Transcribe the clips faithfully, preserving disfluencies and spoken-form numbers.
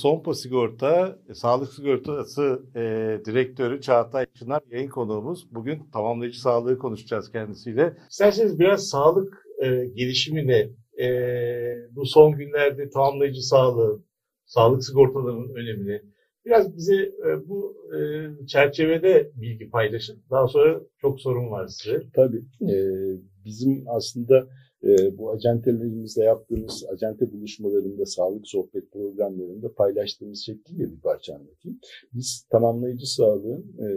Sompo Sigorta, e, Sağlık Sigortası e, Direktörü Çağatay Çınar yayın konuğumuz. Bugün tamamlayıcı sağlığı konuşacağız kendisiyle. İsterseniz biraz sağlık e, gelişimine, e, bu son günlerde tamamlayıcı sağlığın, sağlık sigortalarının önemini, biraz bize e, bu e, çerçevede bilgi paylaşın. Daha sonra çok sorun var size. Tabii. E, bizim aslında e, bu acentelerimizle yaptığımız acente buluşmalarında, sağlık sohbet programlarında paylaştığımız şekliyle bir parça anlatayım. Biz tamamlayıcı sağlığın e,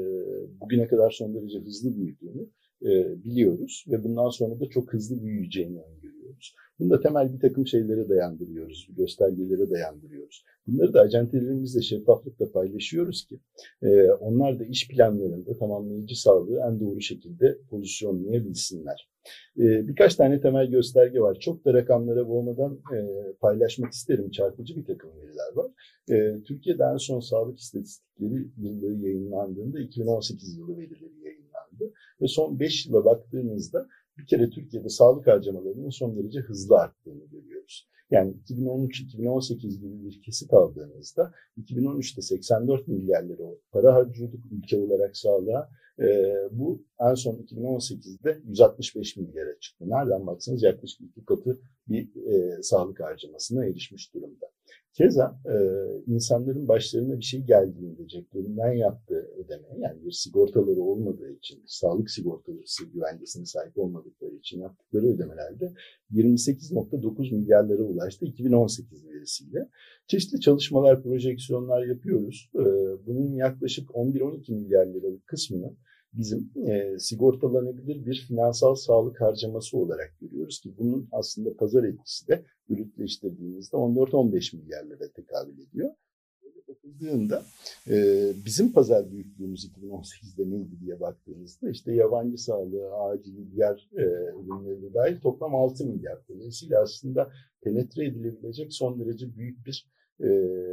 bugüne kadar son derece hızlı büyüdüğünü e, biliyoruz ve bundan sonra da çok hızlı büyüyeceğini öngörüyoruz. Bunu da temel bir takım şeylere dayandırıyoruz, göstergelere dayandırıyoruz. Bunları da acentelerimizle şeffaflıkla paylaşıyoruz ki e, onlar da iş planlarında tamamlayıcı sağlığı en doğru şekilde pozisyonlayabilsinler. E, birkaç tane temel gösterge var. Çok da rakamlara boğmadan e, paylaşmak isterim. Çarpıcı bir takım veriler var. E, Türkiye'de en son sağlık istatistikleri yılları yayınlandığında iki bin on sekiz yılı verileri yayınlandı. Ve son beş yıla baktığımızda bir kere Türkiye'de sağlık harcamalarının son derece hızlı arttığını görüyoruz. Yani iki bin on üç iki bin on sekiz gibi bir kesit aldığımızda iki bin on üçte seksen dört milyar lira para harcıyorduk ülke olarak sağlığa. Ee, bu en son iki bin on sekizde yüz altmış beş milyara çıktı. Nereden baksanız yaklaşık iki katı bir e, sağlık harcamasına erişmiş durumda. Keza e, insanların başlarına bir şey geldiğinde ceplerinden yaptığı ödeme, yani bir sigortaları olmadığı için, sağlık sigortası güvencesine sahip olmadıkları için yaptıkları ödemelerde yirmi sekiz nokta dokuz milyarlara ulaştı iki bin on sekiz verisiyle. Çeşitli çalışmalar, projeksiyonlar yapıyoruz. E, bunun yaklaşık on bir on iki milyar liralık kısmını bizim e, sigortalanabilir bir finansal sağlık harcaması olarak görüyoruz ki bunun aslında pazar etkisi de brütleştirdiğimizde on dört on beş milyar lira tekabül ediyor. Böyle bakıldığında e, bizim pazar büyüklüğümüz iki bin on sekizde neydi diye baktığımızda işte yabancı sağlığı, acil diğer e, ürünleri dahil toplam altı milyar. Dolayısıyla aslında penetre edilebilecek son derece büyük bir E,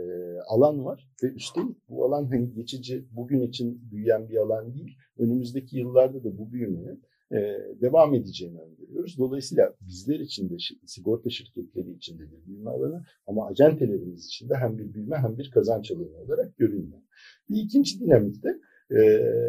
alan var ve üstelik bu alan hani geçici bugün için büyüyen bir alan değil. Önümüzdeki yıllarda da bu büyümenin e, devam edeceğini öngörüyoruz. Dolayısıyla bizler için de sigorta şirketleri için de bir büyüme alanı ama acentelerimiz için de hem bir büyüme hem bir kazanç alanı olarak görünüyor. Bir ikinci dinamikte e,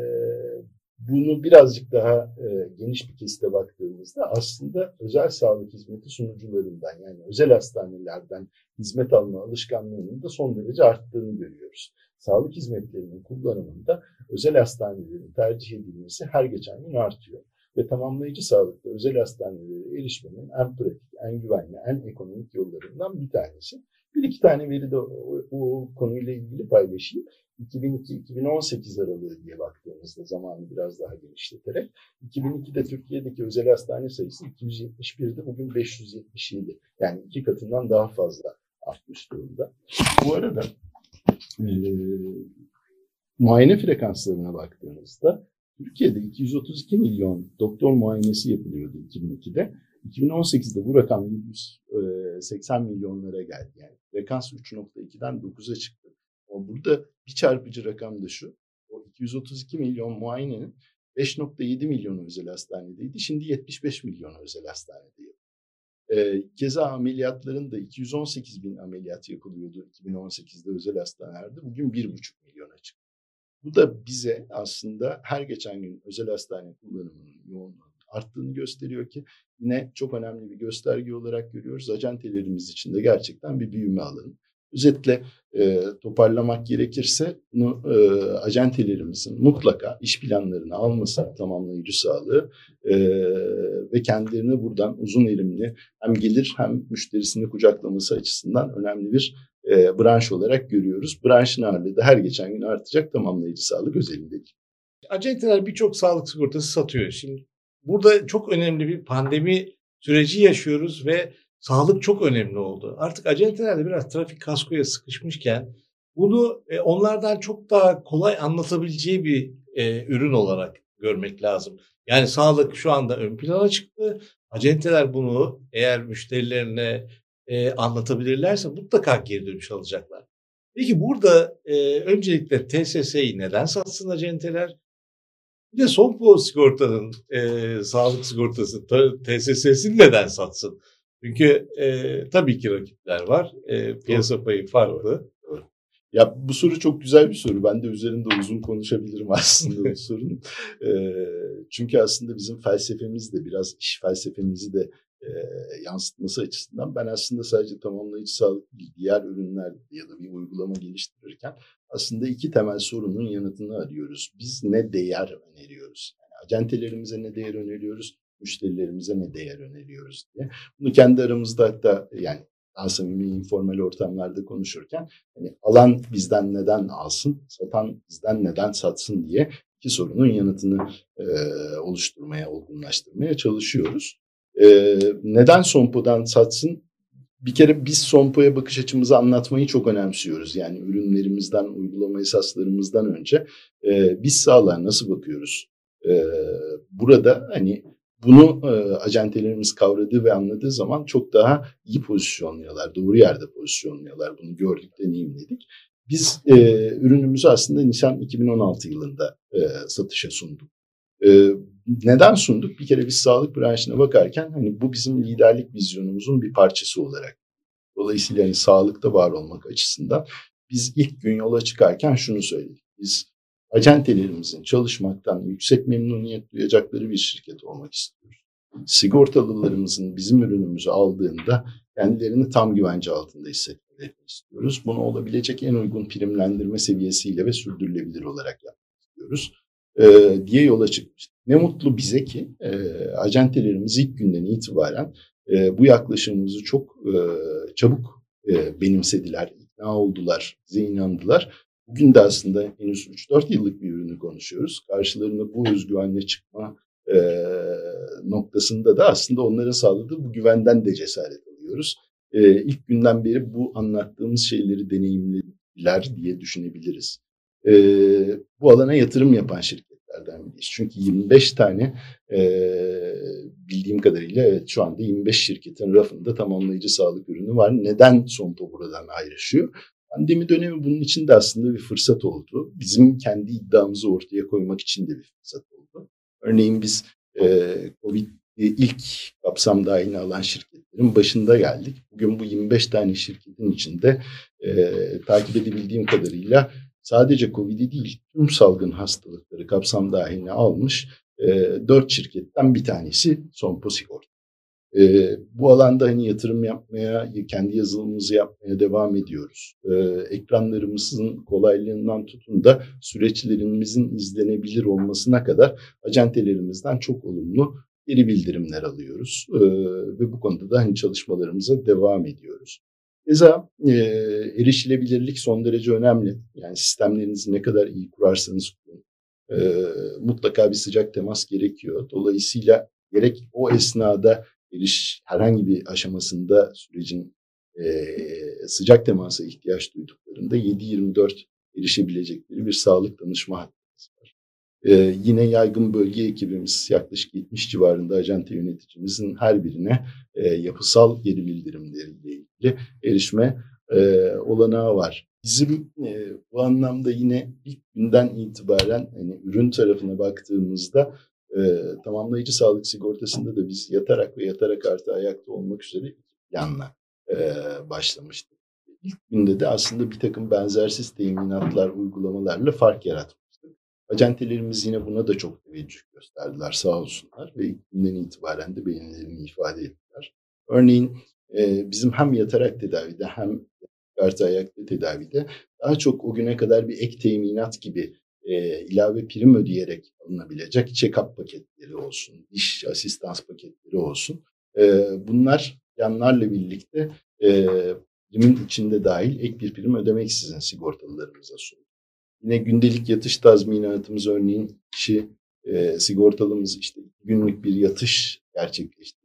bunu birazcık daha e, geniş bir kesite baktığımızda aslında özel sağlık hizmeti sunucularından yani özel hastanelerden hizmet alma alışkanlığının da son derece arttığını görüyoruz. Sağlık hizmetlerinin kullanımında özel hastanelerin tercih edilmesi her geçen gün artıyor. Ve tamamlayıcı sağlıkta özel hastanelere erişmenin en pratik, en güvenli, en ekonomik yollarından bir tanesi. Bir iki tane veri de o, o konuyla ilgili paylaşayım. iki bin iki iki bin on sekiz aralığı diye baktığımızda zamanı biraz daha genişleterek iki bin ikide Türkiye'deki özel hastane sayısı iki yüz yetmiş birdi, bugün beş yüz yetmiş yedi. Yani iki katından daha fazla artmış durumda. Bu arada e, muayene frekanslarına baktığımızda Türkiye'de iki yüz otuz iki milyon doktor muayenesi yapılıyordu iki bin ikide. iki bin on sekizde bu rakam yüz seksen milyonlara geldi. Yani frekans üç nokta ikiden dokuza çıktı. Ama burada bir çarpıcı rakam da şu. O iki yüz otuz iki milyon muayenenin beş nokta yedi milyonu özel hastanedeydi. Şimdi yetmiş beş milyon özel hastanedeydi. Ee, keza ameliyatların da iki yüz on sekiz bin ameliyat yapılıyordu iki bin on sekizde özel hastanelerde. Bugün bir buçuk milyona çıktı. Bu da bize aslında her geçen gün özel hastane kullanımının yoğunluğunun arttığını gösteriyor ki yine çok önemli bir gösterge olarak görüyoruz. Acentelerimiz için de gerçekten bir büyüme alanı. Özetle e, toparlamak gerekirse bunu e, acentelerimizin mutlaka iş planlarını alması tamamlayıcı sağlığı e, ve kendilerini buradan uzun erimli hem gelir hem müşterisini kucaklaması açısından önemli bir e, branş olarak görüyoruz. Branşın ağırlığı da her geçen gün artacak tamamlayıcı sağlık özelinde. Acenteler birçok sağlık sigortası satıyor. Şimdi burada çok önemli bir pandemi süreci yaşıyoruz ve sağlık çok önemli oldu. Artık acenteler de biraz trafik kaskoya sıkışmışken bunu e, onlardan çok daha kolay anlatabileceği bir e, ürün olarak görmek lazım. Yani sağlık şu anda ön plana çıktı. Acenteler bunu eğer müşterilerine e, anlatabilirlerse mutlaka geri dönüş alacaklar. Peki burada e, öncelikle T S S'yi neden satsın acenteler? Bir de Sompo Sigorta'nın e, sağlık sigortası T S S'sini neden satsın? Çünkü e, tabii ki rakipler var. E, piyasa payı farklı. Ya bu soru çok güzel bir soru. Ben de üzerinde uzun konuşabilirim aslında bu sorunun. E, çünkü aslında bizim felsefemiz de biraz iş felsefemizi de e, yansıtması açısından ben aslında sadece tamamlayıcı sağlık değil, diğer ürünler ya da bir uygulama geliştirirken aslında iki temel sorunun yanıtını arıyoruz. Biz ne değer öneriyoruz? Yani acentelerimize ne değer öneriyoruz? Müşterilerimize ne değer öneriyoruz diye. Bunu kendi aramızda hatta yani daha samimi informal ortamlarda konuşurken hani alan bizden neden alsın, satan bizden neden satsın diye iki sorunun yanıtını e, oluşturmaya, olgunlaştırmaya çalışıyoruz. E, neden Sompo'dan satsın? Bir kere biz Sompo'ya bakış açımızı anlatmayı çok önemsiyoruz. Yani ürünlerimizden, uygulama esaslarımızdan önce e, biz sağlığa nasıl bakıyoruz? E, burada hani bunu e, acentelerimiz kavradığı ve anladığı zaman çok daha iyi pozisyonluyorlar, doğru yerde pozisyonluyorlar. Bunu gördük, deneyimledik. Biz e, ürünümüzü aslında Nisan iki bin on altı yılında e, satışa sunduk. E, neden sunduk? Bir kere biz sağlık branşına bakarken hani bu bizim liderlik vizyonumuzun bir parçası olarak. Dolayısıyla hani sağlıkta var olmak açısından biz ilk gün yola çıkarken şunu söyledik. Biz acentelerimizin çalışmaktan yüksek memnuniyet duyacakları bir şirket olmak istiyoruz. Sigortalılarımızın bizim ürünümüzü aldığında kendilerini tam güvence altında hissetmelerini istiyoruz. Bunu olabilecek en uygun primlendirme seviyesiyle ve sürdürülebilir olarak yapmak istiyoruz ee, diye yola çıkmıştık. Ne mutlu bize ki e, acentelerimiz ilk günden itibaren e, bu yaklaşımımızı çok e, çabuk e, benimsediler, ikna oldular, bize inandılar. Bugün de aslında henüz üç dört yıllık bir ürünü konuşuyoruz. Karşılarında bu özgüvenle çıkma e, noktasında da aslında onların sağladığı bu güvenden de cesaret alıyoruz. E, ilk günden beri bu anlattığımız şeyleri deneyimlediler diye düşünebiliriz. E, bu alana yatırım yapan şirketlerden biriyiz. Çünkü yirmi beş tane e, bildiğim kadarıyla evet şu anda yirmi beş şirketin rafında tamamlayıcı sağlık ürünü var. Neden Sompo buradan ayrışıyor? Pandemi dönemi bunun için de aslında bir fırsat oldu. Bizim kendi iddiamızı ortaya koymak için de bir fırsat oldu. Örneğin biz e, Covid ilk kapsam dahilini alan şirketlerin başında geldik. Bugün bu yirmi beş tane şirketin içinde e, takip edebildiğim kadarıyla sadece Covid'i değil tüm salgın hastalıkları kapsam dahiline almış e, dört şirketten bir tanesi Sompo Sigorta. E, bu alanda hani yatırım yapmaya, kendi yazılımımızı yapmaya devam ediyoruz. E, ekranlarımızın kolaylığından tutun da süreçlerimizin izlenebilir olmasına kadar acentelerimizden çok olumlu geri bildirimler alıyoruz. E, ve bu konuda da hani çalışmalarımıza devam ediyoruz. Keza e, erişilebilirlik son derece önemli. Yani sistemlerinizi ne kadar iyi kurarsanız kurun. E, mutlaka bir sıcak temas gerekiyor. Dolayısıyla gerek o esnada eriş herhangi bir aşamasında sürecin e, sıcak temasa ihtiyaç duyduklarında yedi yirmi dört erişebilecekleri bir sağlık danışma hattımız var. E, yine yaygın bölge ekibimiz yaklaşık yetmiş civarında acente yöneticimizin her birine e, yapısal geri bildirimleriyle ilgili erişme e, olanağı var. Bizim e, bu anlamda yine ilk günden itibaren hani ürün tarafına baktığımızda e, tamamlayıcı sağlık sigortasında da biz yatarak ve yatarak artı ayakta olmak üzere iki planla e, başlamıştık. İlk günde de aslında bir takım benzersiz teminatlar, uygulamalarla fark yaratmıştık. Acentelerimiz yine buna da çok teveccüh gösterdiler sağ olsunlar ve ilk günden itibaren de beğenilerini ifade ettiler. Örneğin e, bizim hem yatarak tedavide hem artı ayakta tedavide daha çok o güne kadar bir ek teminat gibi e, ilave prim ödeyerek alınabilecek check-up paketleri olsun, diş asistans paketleri olsun. E, bunlar yanlarla birlikte e, primin içinde dahil ek bir prim ödemeksizin sigortalılarımıza sunuyor. Yine gündelik yatış tazminatımız örneğin kişi e, sigortalımız işte günlük bir yatış gerçekleştirdiğinde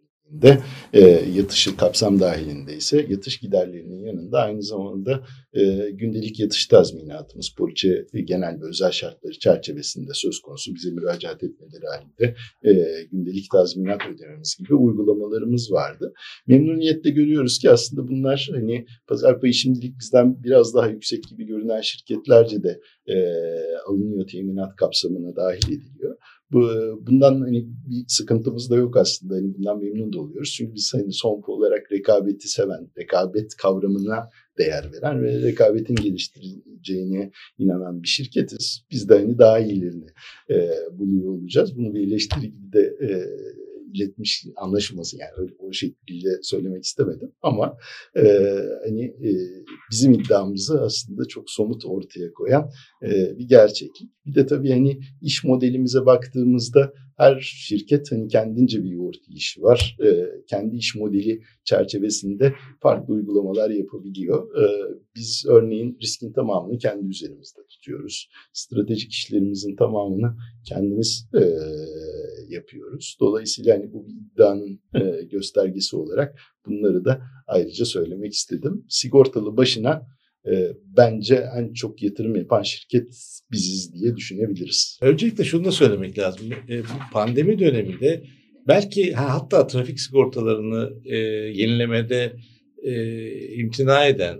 e, yatışı kapsam dahilindeyse yatış giderlerinin yanında aynı zamanda e, gündelik yatış tazminatımız poliçe e, genel ve özel şartları çerçevesinde söz konusu bize müracaat etmeleri halinde e, gündelik tazminat ödememiz gibi uygulamalarımız vardı. Memnuniyetle görüyoruz ki aslında bunlar hani pazar payı şimdilik bizden biraz daha yüksek gibi görünen şirketlerce de e, alınıyor, teminat kapsamına dahil ediliyor. Bu, bundan hani bir sıkıntımız da yok aslında. Hani bundan memnun da oluyoruz. Çünkü biz hani Sompo olarak rekabeti seven, rekabet kavramına değer veren ve rekabetin geliştireceğine inanan bir şirketiz. Biz de hani daha iyilerini e, buluyor olacağız. Bunu bir eleştiri gibi de e, iletmiş, anlaşılması yani öyle, o şekilde söylemek istemedim ama e, hani e, bizim iddiamızı aslında çok somut ortaya koyan e, bir gerçeklik. Bir de tabii hani iş modelimize baktığımızda her şirket hani kendince bir yoğurt işi var. E, kendi iş modeli çerçevesinde farklı uygulamalar yapabiliyor. E, biz örneğin riskin tamamını kendi üzerimizde tutuyoruz. Stratejik işlerimizin tamamını kendimiz e, yapıyoruz. Dolayısıyla hani bu bir iddianın e, göstergesi olarak bunları da ayrıca söylemek istedim. Sigortalı başına e, bence en çok yatırım yapan şirket biziz diye düşünebiliriz. Öncelikle şunu da söylemek lazım. E, bu pandemi döneminde belki ha, hatta trafik sigortalarını e, yenilemede e, imtina eden,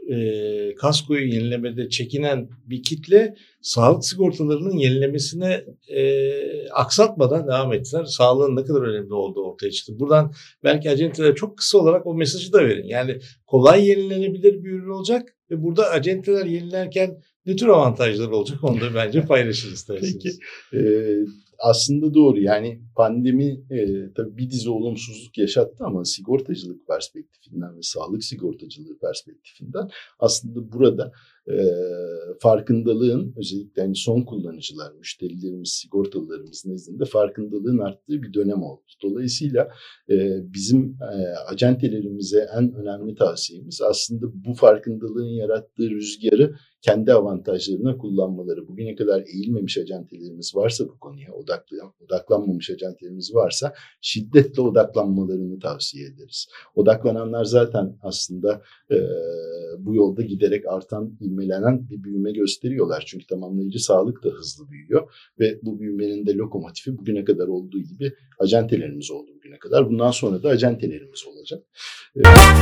e, kaskoyu yenilemede çekinen bir kitle sağlık sigortalarının yenilemesine e, aksatmadan devam ettiler. Sağlığın ne kadar önemli olduğu ortaya çıktı. Buradan belki acentelere çok kısa olarak o mesajı da verin. Yani kolay yenilenebilir bir ürün olacak ve burada acenteler yenilerken ne tür avantajlar olacak onu da bence paylaşır isterseniz. Peki. Ee, aslında doğru. Yani pandemi e, tabii bir dizi olumsuzluk yaşattı ama sigortacılık perspektifinden ve sağlık sigortacılığı perspektifinden aslında burada e, farkındalığın özellikle hani son kullanıcılar, müşterilerimiz, sigortalılarımız nezdinde farkındalığın arttığı bir dönem oldu. Dolayısıyla e, bizim e, acentelerimize en önemli tavsiyemiz aslında bu farkındalığın yarattığı rüzgarı kendi avantajlarına kullanmaları. Bugüne kadar eğilmemiş acentelerimiz varsa bu konuya odaklan, odaklanmamış acentelerimiz varsa şiddetle odaklanmalarını tavsiye ederiz. Odaklananlar zaten aslında e, bu yolda giderek artan, ivmelenen bir büyüme gösteriyorlar. Çünkü tamamlayıcı sağlık da hızlı büyüyor ve bu büyümenin de lokomotifi bugüne kadar olduğu gibi acentelerimiz oldu bugüne kadar. Bundan sonra da acentelerimiz olacak. E,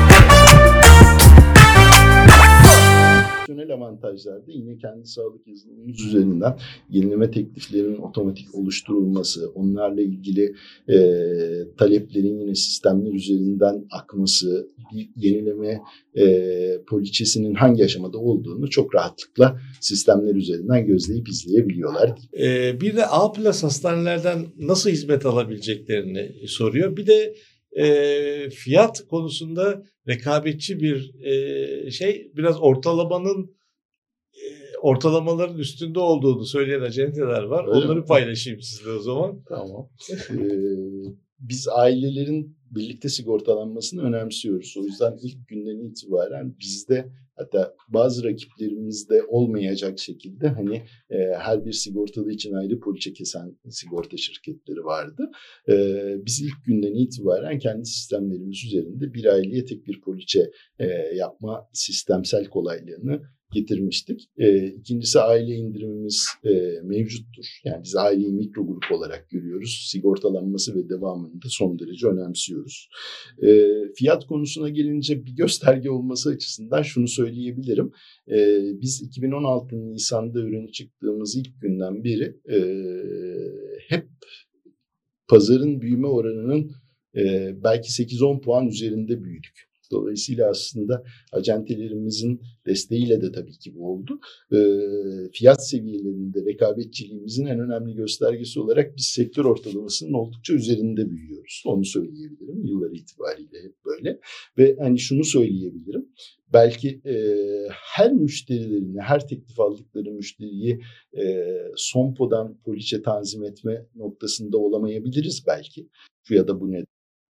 Opsiyonel avantajlarda yine kendi sağlık yazılımımız üzerinden yenileme tekliflerinin otomatik oluşturulması, onlarla ilgili e, taleplerin yine sistemler üzerinden akması, bir yenileme e, poliçesinin hangi aşamada olduğunu çok rahatlıkla sistemler üzerinden gözleyip izleyebiliyorlar. Ee, bir de A plus hastanelerden nasıl hizmet alabileceklerini soruyor. Bir de e, fiyat konusunda rekabetçi bir e, şey, biraz ortalamanın e, ortalamaların üstünde olduğunu söyleyen acenteler var. Öyle Onları mi? paylaşayım sizle o zaman. Tamam. ee, biz ailelerin birlikte sigortalanmasını önemsiyoruz. O yüzden ilk günden itibaren bizde, hatta bazı rakiplerimizde olmayacak şekilde hani e, her bir sigortalı için ayrı poliçe kesen sigorta şirketleri vardı. E, biz ilk günden itibaren kendi sistemlerimiz üzerinde bir aileye tek bir poliçe e, yapma sistemsel kolaylığını getirmiştik. E, ikincisi aile indirimimiz e, mevcuttur. Yani biz aileyi mikro grup olarak görüyoruz. Sigortalanması ve devamını da son derece önemsiyoruz. E, fiyat konusuna gelince bir gösterge olması açısından şunu söyleyebilirim. E, biz iki bin on altı Nisan'da ürün çıktığımız ilk günden beri e, hep pazarın büyüme oranının e, belki sekiz on puan üzerinde büyüdük. Dolayısıyla aslında acentelerimizin desteğiyle de tabii ki bu oldu. E, fiyat seviyelerinde rekabetçiliğimizin en önemli göstergesi olarak biz sektör ortalamasının oldukça üzerinde büyüyoruz. Onu söyleyebilirim. Yıllar itibariyle hep böyle. Ve hani şunu söyleyebilirim. Belki e, her müşterilerini, her teklif aldıkları müşteriyi e, Sompo'dan poliçe tanzim etme noktasında olamayabiliriz belki. Şu ya da bu ne?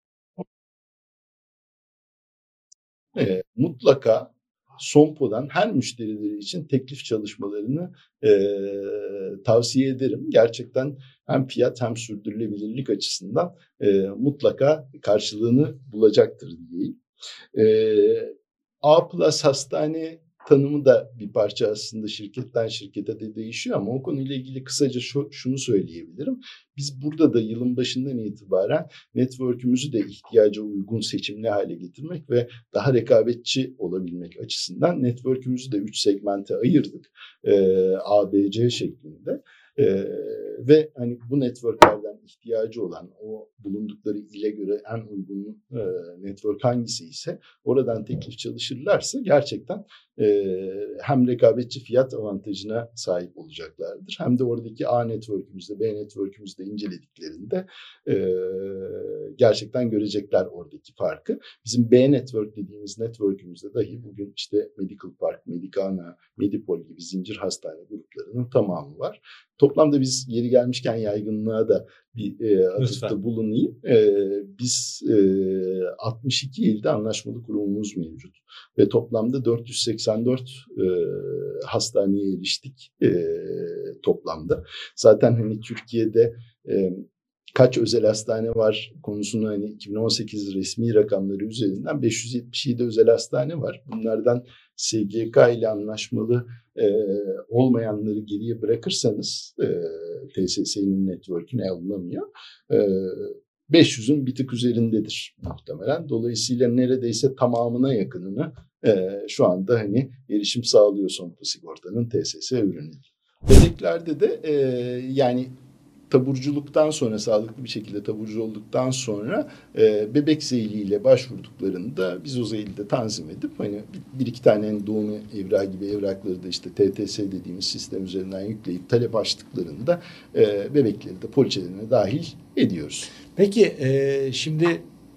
E, mutlaka Sompo'dan her müşterileri için teklif çalışmalarını e, tavsiye ederim. Gerçekten hem fiyat hem sürdürülebilirlik açısından e, mutlaka karşılığını bulacaktır diyeyim. E, A plus hastane tanımı da bir parça aslında şirketten şirkete de değişiyor ama o konuyla ilgili kısaca şu, şunu söyleyebilirim. Biz burada da yılın başından itibaren network'ümüzü de ihtiyaca uygun seçimli hale getirmek ve daha rekabetçi olabilmek açısından network'ümüzü de üç segmente ayırdık. Ee, A, B, C şeklinde. E, ve hani bu networklerden ihtiyacı olan, o bulundukları ile göre en uygun e, network hangisi ise oradan teklif çalışırlarsa gerçekten e, hem rekabetçi fiyat avantajına sahip olacaklardır. Hem de oradaki A network'ümüzde, B network'ümüzde incelediklerinde e, gerçekten görecekler oradaki farkı. Bizim B network dediğimiz network'ümüzde dahi bugün işte Medical Park, Medicana, Medipol gibi zincir hastane gruplarının tamamı var. Toplamda biz yeri gelmişken yaygınlığa da bir e, atıfta bulunayım. E, biz e, altmış iki ilde anlaşmalı kurumumuz mevcut ve toplamda dört yüz seksen dört e, hastaneye eriştik e, toplamda. Zaten hani Türkiye'de e, kaç özel hastane var konusunu hani iki bin on sekiz resmi rakamları üzerinden beş yüz yetmiş yedi özel hastane var. Bunlardan S G K ile anlaşmalı e, olmayanları geriye bırakırsanız e, T S S'nin network'üne alınamıyor. E, beş yüzün bir tık üzerindedir muhtemelen. Dolayısıyla neredeyse tamamına yakınını e, şu anda hani erişim sağlıyor Sompo Sigorta'nın T S S ürünü. Bebeklerde de e, yani taburculuktan sonra, sağlıklı bir şekilde taburcu olduktan sonra e, bebek zeyliyle başvurduklarında biz o zeyli de tanzim edip hani bir iki tane hani doğum evrağı gibi evrakları da işte T T S dediğimiz sistem üzerinden yükleyip talep açtıklarında e, bebekleri de poliçelerine dahil ediyoruz. Peki e, şimdi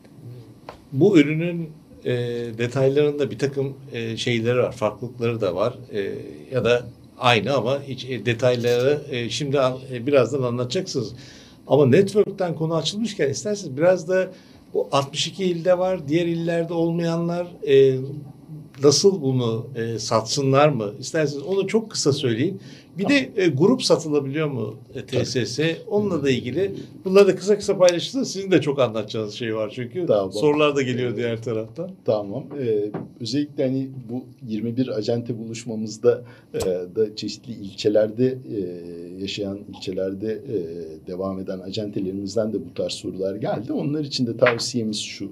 bu ürünün e, detaylarında bir takım e, şeyleri var, farklılıkları da var e, ya da aynı ama hiç e, detayları e, şimdi e, birazdan anlatacaksınız. Ama network'ten konu açılmışken isterseniz biraz da bu altmış iki ilde var, diğer illerde olmayanlar e, nasıl bunu e, satsınlar mı? İsterseniz onu çok kısa söyleyin. Bir de e, grup satılabiliyor mu e, T S S? Onunla da ilgili. Bunları da kısa kısa paylaşırsanız sizin de çok anlatacağınız şey var çünkü. Tamam. Sorular da geliyor evet. Diğer taraftan. Tamam. Ee, özellikle hani bu yirmi bir acente buluşmamızda e, da çeşitli ilçelerde e, yaşayan, ilçelerde e, devam eden acentelerimizden de bu tarz sorular geldi. Onlar için de tavsiyemiz şu.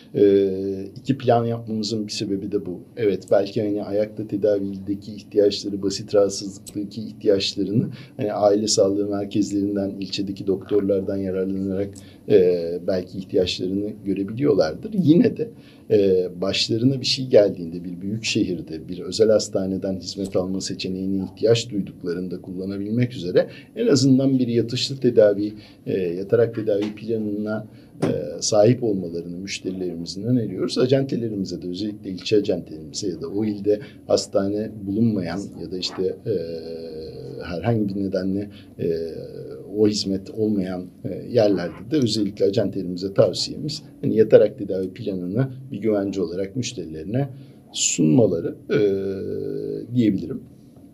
Ee, iki plan yapmamızın bir sebebi de bu. Evet, belki hani ayakta tedavideki ihtiyaçları, basit rahatsızlıktaki ihtiyaçlarını hani aile sağlığı merkezlerinden, ilçedeki doktorlardan yararlanarak e, belki ihtiyaçlarını görebiliyorlardır. Yine de e, başlarına bir şey geldiğinde bir büyük şehirde bir özel hastaneden hizmet alma seçeneğine ihtiyaç duyduklarında kullanabilmek üzere en azından bir yatışlı tedavi, e, yatarak tedavi planına sahip olmalarını müşterilerimizin öneriyoruz. Acentelerimize de özellikle ilçe acentelerimize ya da o ilde hastane bulunmayan ya da işte e, herhangi bir nedenle e, o hizmet olmayan e, yerlerde de özellikle acentelerimize tavsiyemiz hani yatarak tedavi planını bir güvence olarak müşterilerine sunmaları e, diyebilirim.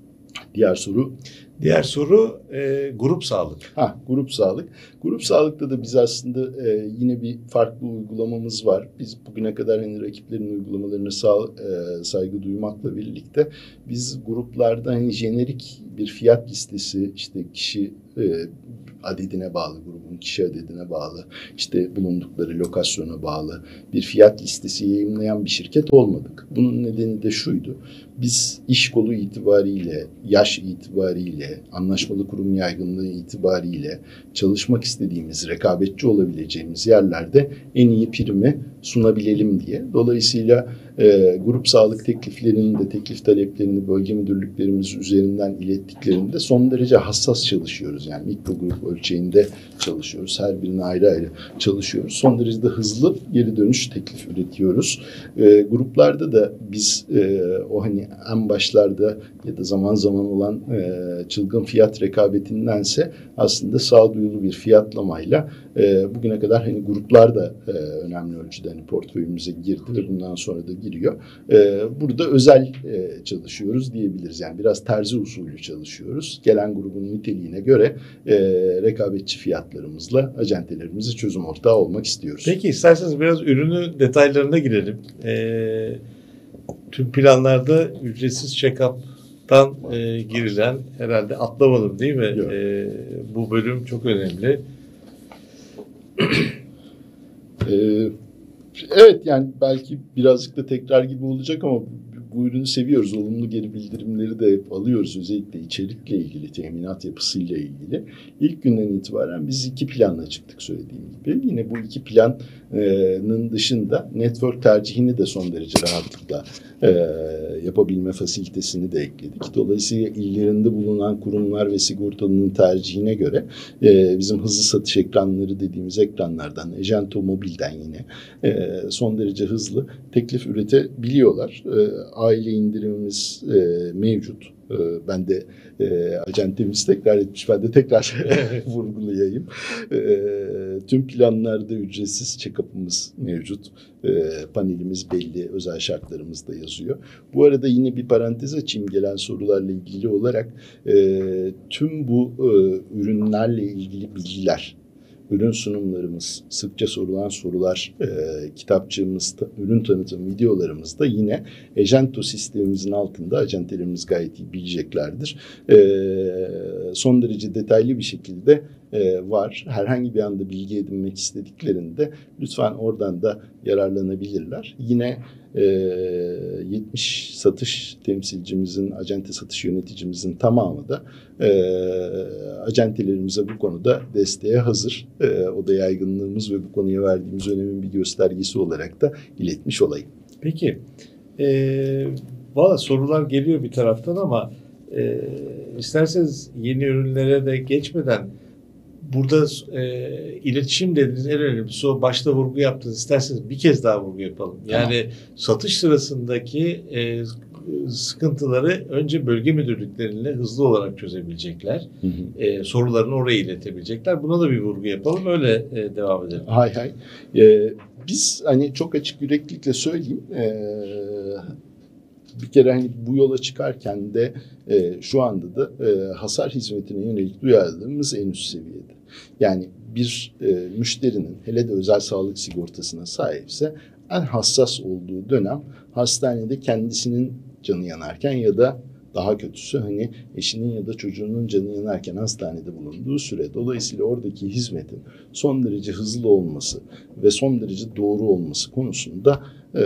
Diğer soru. Diğer soru e, grup sağlık. Ha, grup sağlık. Grup sağlıkta da biz aslında e, yine bir farklı uygulamamız var. Biz bugüne kadar hani rakiplerin uygulamalarına sağ, e, saygı duymakla birlikte biz gruplarda hani jenerik bir fiyat listesi işte kişi e, adedine bağlı, grubun kişi adedine bağlı, işte bulundukları lokasyona bağlı bir fiyat listesi yayımlayan bir şirket olmadık. Bunun nedeni de şuydu. Biz iş kolu itibariyle, yaş itibariyle, anlaşmalı kurum yaygınlığı itibariyle çalışmak istediğimiz, rekabetçi olabileceğimiz yerlerde en iyi primi sunabilelim diye. Dolayısıyla e, grup sağlık tekliflerinin de teklif taleplerini bölge müdürlüklerimiz üzerinden ilettiklerinde son derece hassas çalışıyoruz. Yani mikro grup ölçeğinde çalışıyoruz. Her birine ayrı ayrı çalışıyoruz. Son derece de hızlı geri dönüş teklif üretiyoruz. E, gruplarda da biz e, o hani en başlarda ya da zaman zaman olan e, çılgın fiyat rekabetindense aslında sağduyulu bir fiyatlamayla e, bugüne kadar hani gruplar da e, önemli ölçüde hani portföyümüze girdi ve bundan sonra da giriyor. E, burada özel e, çalışıyoruz diyebiliriz. Yani biraz terzi usulü çalışıyoruz. Gelen grubun niteliğine göre e, rekabetçi fiyatlarımızla acentelerimize çözüm ortağı olmak istiyoruz. Peki isterseniz biraz ürünü detaylarına girelim. Ee, tüm planlarda ücretsiz check-up'tan e, girilen herhalde atlamadım değil mi? E, bu bölüm çok önemli. Ee, evet yani belki birazcık da tekrar gibi olacak ama bu ürünü seviyoruz. Olumlu geri bildirimleri de hep alıyoruz. Özellikle içerikle ilgili, teminat yapısıyla ilgili. İlk günden itibaren biz iki planla çıktık söylediğim gibi. Yine bu iki planın dışında network tercihini de son derece rahatlıkla e, yapabilme fasilitesini de ekledik. Dolayısıyla illerinde bulunan kurumlar ve sigortalının tercihine göre e, bizim hızlı satış ekranları dediğimiz ekranlardan, Ejento Mobil'den yine e, son derece hızlı teklif üretebiliyorlar. E, aile indirimimiz e, mevcut. E, ben de e, acentemiz tekrar etmiş. Ben de tekrar vurgulayayım. E, tüm planlarda ücretsiz check-up'ımız mevcut. E, panelimiz belli, özel şartlarımız da yazıyor. Bu arada yine bir parantez açayım gelen sorularla ilgili olarak. E, tüm bu e, ürünlerle ilgili bilgiler, ürün sunumlarımız, sıkça sorulan sorular, e, kitapçığımızda, ürün tanıtım videolarımızda yine Ejento sistemimizin altında, acentelerimiz gayet iyi bileceklerdir. E, son derece detaylı bir şekilde e, var. Herhangi bir anda bilgi edinmek istediklerinde lütfen oradan da yararlanabilirler. Yine e, yetmiş satış temsilcimizin, acente satış yöneticimizin tamamı da e, acentelerimize bu konuda desteğe hazır. E, o da yaygınlığımız ve bu konuya verdiğimiz önemin bir göstergesi olarak da iletmiş olayım. Peki, e, valla sorular geliyor bir taraftan ama e, isterseniz yeni ürünlere de geçmeden burada e, iletişim dediğiniz en önemlisi o başta vurgu yaptınız. İsterseniz bir kez daha vurgu yapalım. Yani tamam. Satış sırasındaki e, sıkıntıları önce bölge müdürlükleriyle hızlı olarak çözebilecekler. Hı hı. E, sorularını oraya iletebilecekler. Buna da bir vurgu yapalım. Öyle e, devam edelim. Hay hay. Ee, biz hani çok açık yüreklilikle söyleyeyim. Ee, bir kere hani bu yola çıkarken de e, şu anda da e, hasar hizmetine yönelik duyarlılığımız en üst seviyede. Yani bir e, müşterinin hele de özel sağlık sigortasına sahipse en hassas olduğu dönem hastanede kendisinin canı yanarken ya da daha kötüsü hani eşinin ya da çocuğunun canı yanarken hastanede bulunduğu süre. Dolayısıyla oradaki hizmetin son derece hızlı olması ve son derece doğru olması konusunda e,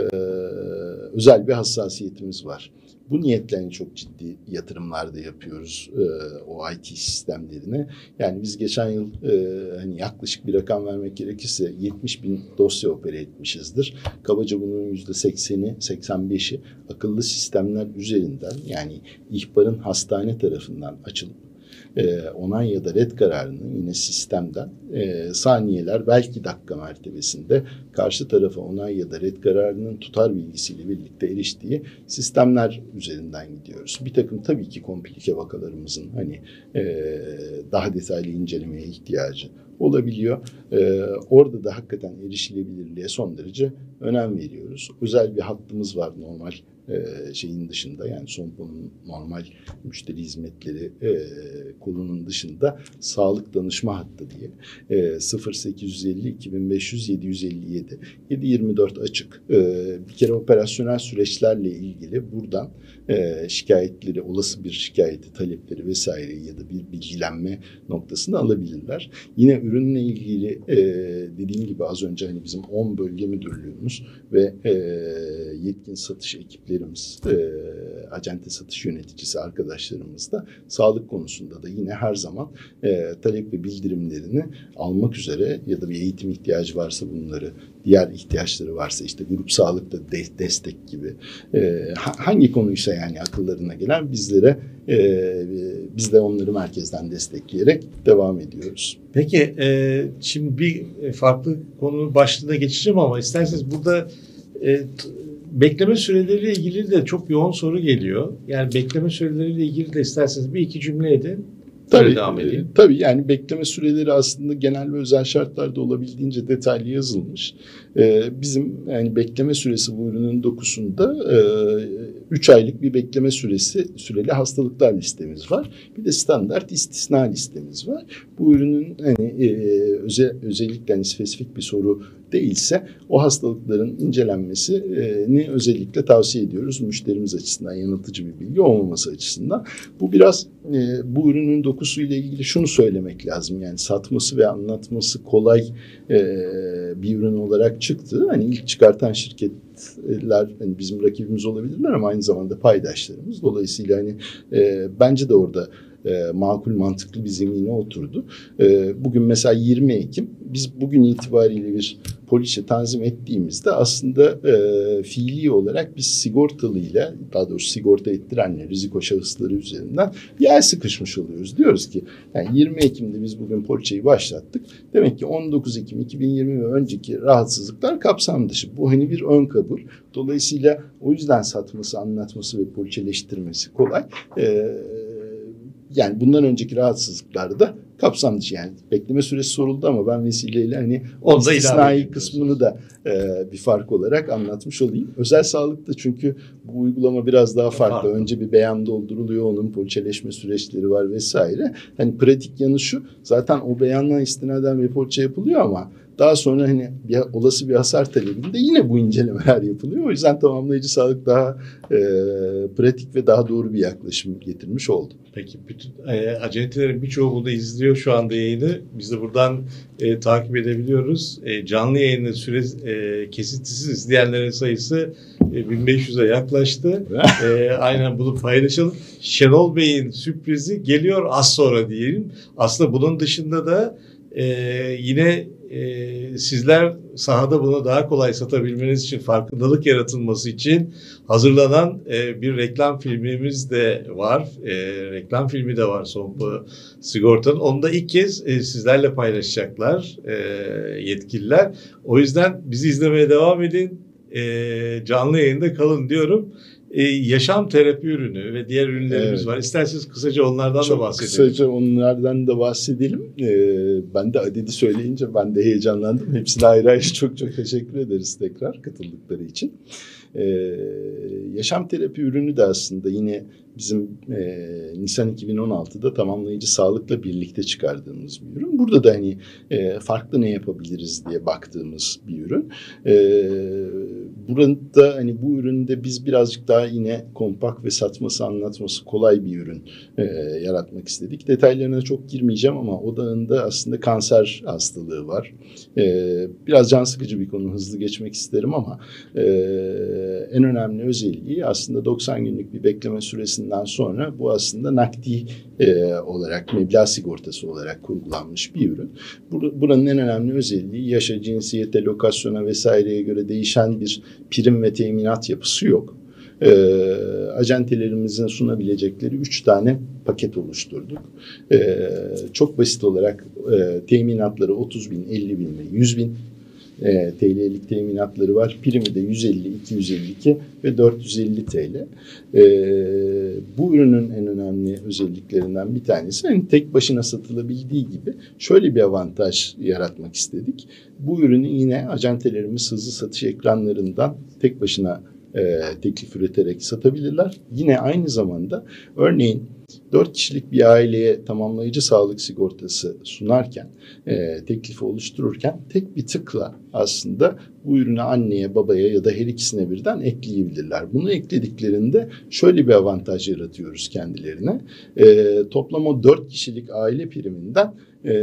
özel bir hassasiyetimiz var. Bu niyetle çok ciddi yatırımlar da yapıyoruz e, o I T sistemlerine. Yani biz geçen yıl e, hani yaklaşık bir rakam vermek gerekirse yetmiş bin dosya opere etmişizdir. Kabaca bunun yüzde sekseni, seksen beşi akıllı sistemler üzerinden yani ihbarın hastane tarafından açılıp e, onay ya da red kararının yine sistemden e, saniyeler belki dakika mertebesinde karşı tarafa onay ya da red kararının tutar bilgisiyle birlikte eriştiği sistemler üzerinden gidiyoruz. Bir takım tabii ki komplike vakalarımızın hani e, daha detaylı incelemeye ihtiyacı olabiliyor. Ee, orada da hakikaten erişilebilirliğe son derece önem veriyoruz. Özel bir hattımız var normal e, şeyin dışında yani Sompo'nun normal müşteri hizmetleri e, kolunun dışında sağlık danışma hattı diye e, sıfır sekiz yüz elli iki bin beş yüz yedi yüz elli yedi yedi yirmi dört açık. E, bir kere operasyonel süreçlerle ilgili buradan e, şikayetleri, olası bir şikayeti, talepleri vesaire ya da bir bilgilenme noktasını alabilirler. Yine ürünle ilgili e, dediğim gibi az önce hani bizim on bölge müdürlüğümüz ve e, yetkin satış ekiplerimiz, e, acente satış yöneticisi arkadaşlarımız da sağlık konusunda da yine her zaman e, talep ve bildirimlerini almak üzere ya da bir eğitim ihtiyacı varsa bunları, diğer ihtiyaçları varsa işte grup sağlıkta de, destek gibi e, hangi konuysa yani akıllarına gelen bizlere e, biz de onları merkezden destekleyerek devam ediyoruz. Peki e, şimdi bir farklı konunun başlığına geçeceğim ama isterseniz burada e, bekleme süreleriyle ilgili de çok yoğun soru geliyor. Yani bekleme süreleriyle ilgili de isterseniz bir iki cümle edin. Tabii, devam edeyim. Tabii yani bekleme süreleri aslında genel ve özel şartlarda olabildiğince detaylı yazılmış. Ee, bizim yani bekleme süresi bu ürünün dokusunda üç e, aylık bir bekleme süresi süreli hastalıklar listemiz var. Bir de standart istisna listemiz var. Bu ürünün hani e, özel, özellikle hani spesifik bir soru değilse o hastalıkların incelenmesini özellikle tavsiye ediyoruz. Müşterimiz açısından yanıltıcı bir bilgi olmaması açısından. Bu biraz e, bu ürünün dokusuyla ilgili şunu söylemek lazım. Yani satması ve anlatması kolay e, bir ürün olarak çıktı. Hani ilk çıkartan şirket acentler hani bizim rakibimiz olabilirler ama aynı zamanda paydaşlarımız. Dolayısıyla hani e, bence de orada e, makul mantıklı bir zemine oturdu. E, bugün mesela yirmi Ekim biz bugün itibariyle bir poliçe tanzim ettiğimizde aslında e, fiili olarak biz sigortalıyla, daha doğrusu sigorta ettirenle, riziko şahısları üzerinden bir el sıkışmış oluyoruz. Diyoruz ki yani yirmi Ekim'de biz bugün poliçeyi başlattık. Demek ki on dokuz Ekim iki bin yirmi ve önceki rahatsızlıklar kapsam dışı. Bu hani bir ön kabul. Dolayısıyla o yüzden satması, anlatması ve poliçeleştirmesi kolay. E, yani bundan önceki rahatsızlıklarda da kapsam dışı, yani bekleme süresi soruldu ama ben vesileyle hani o istisnai kısmını da e, bir fark olarak anlatmış olayım. Özel sağlıkta çünkü bu uygulama biraz daha farklı. farklı. Önce bir beyan dolduruluyor, onun poliçeleşme süreçleri var vesaire. Hani pratik yanı şu, zaten o beyanla istinaden bir poliçe yapılıyor ama daha sonra hani bir, olası bir hasar talebinde yine bu incelemeler yapılıyor. O yüzden tamamlayıcı sağlık daha e, pratik ve daha doğru bir yaklaşım getirmiş oldu. Peki bütün e, acentelerin birçoğu bunu izliyor şu anda yayını. Biz de buradan e, takip edebiliyoruz. E, canlı yayını süre e, kesintisiz izleyenlerin sayısı e, bin beş yüze yaklaştı. e, aynen bunu paylaşalım. Şenol Bey'in sürprizi geliyor az sonra diyelim. Aslında bunun dışında da e, yine Ee, sizler sahada bunu daha kolay satabilmeniz için, farkındalık yaratılması için hazırlanan e, bir reklam filmimiz de var. E, reklam filmi de var Sompo Sigorta'nın. Onu da ilk kez e, sizlerle paylaşacaklar e, yetkililer. O yüzden bizi izlemeye devam edin. E, canlı yayında kalın diyorum. Ee, yaşam terapi ürünü ve diğer ürünlerimiz evet. var. İsterseniz kısaca onlardan Çok da bahsedelim. Kısaca onlardan da bahsedelim. Ee, ben de adedi söyleyince ben de heyecanlandım. Hepsine ayrı ayrı çok çok teşekkür ederiz tekrar katıldıkları için. Ee, yaşam terapi ürünü de aslında yine bizim e, Nisan iki bin on altıda tamamlayıcı sağlıkla birlikte çıkardığımız bir ürün. Burada da hani e, farklı ne yapabiliriz diye baktığımız bir ürün. E, burada hani bu üründe biz birazcık daha yine kompakt ve satması, anlatması kolay bir ürün e, yaratmak istedik. Detaylarına çok girmeyeceğim ama odağında aslında kanser hastalığı var. E, biraz can sıkıcı bir konu, hızlı geçmek isterim ama e, en önemli özelliği aslında doksan günlük bir bekleme süresi sonra bu aslında nakdi e, olarak, meblağ sigortası olarak kurgulanmış bir ürün. Bur- buranın en önemli özelliği yaşa, cinsiyete, lokasyona vesaireye göre değişen bir prim ve teminat yapısı yok. E, acentelerimizin sunabilecekleri üç tane paket oluşturduk. E, çok basit olarak e, teminatları otuz bin, elli bin ve yüz bin. E, T L'lik teminatları var. Primi de yüz elli, iki yüz elli iki ve dört yüz elli T L. E, bu ürünün en önemli özelliklerinden bir tanesi hani tek başına satılabildiği gibi şöyle bir avantaj yaratmak istedik. Bu ürünü yine acentelerimiz hızlı satış ekranlarından tek başına e, teklif üreterek satabilirler. Yine aynı zamanda örneğin dört kişilik bir aileye tamamlayıcı sağlık sigortası sunarken, e, teklifi oluştururken tek bir tıkla aslında bu ürünü anneye, babaya ya da her ikisine birden ekleyebilirler. Bunu eklediklerinde şöyle bir avantaj yaratıyoruz kendilerine. E, toplam o dört kişilik aile priminden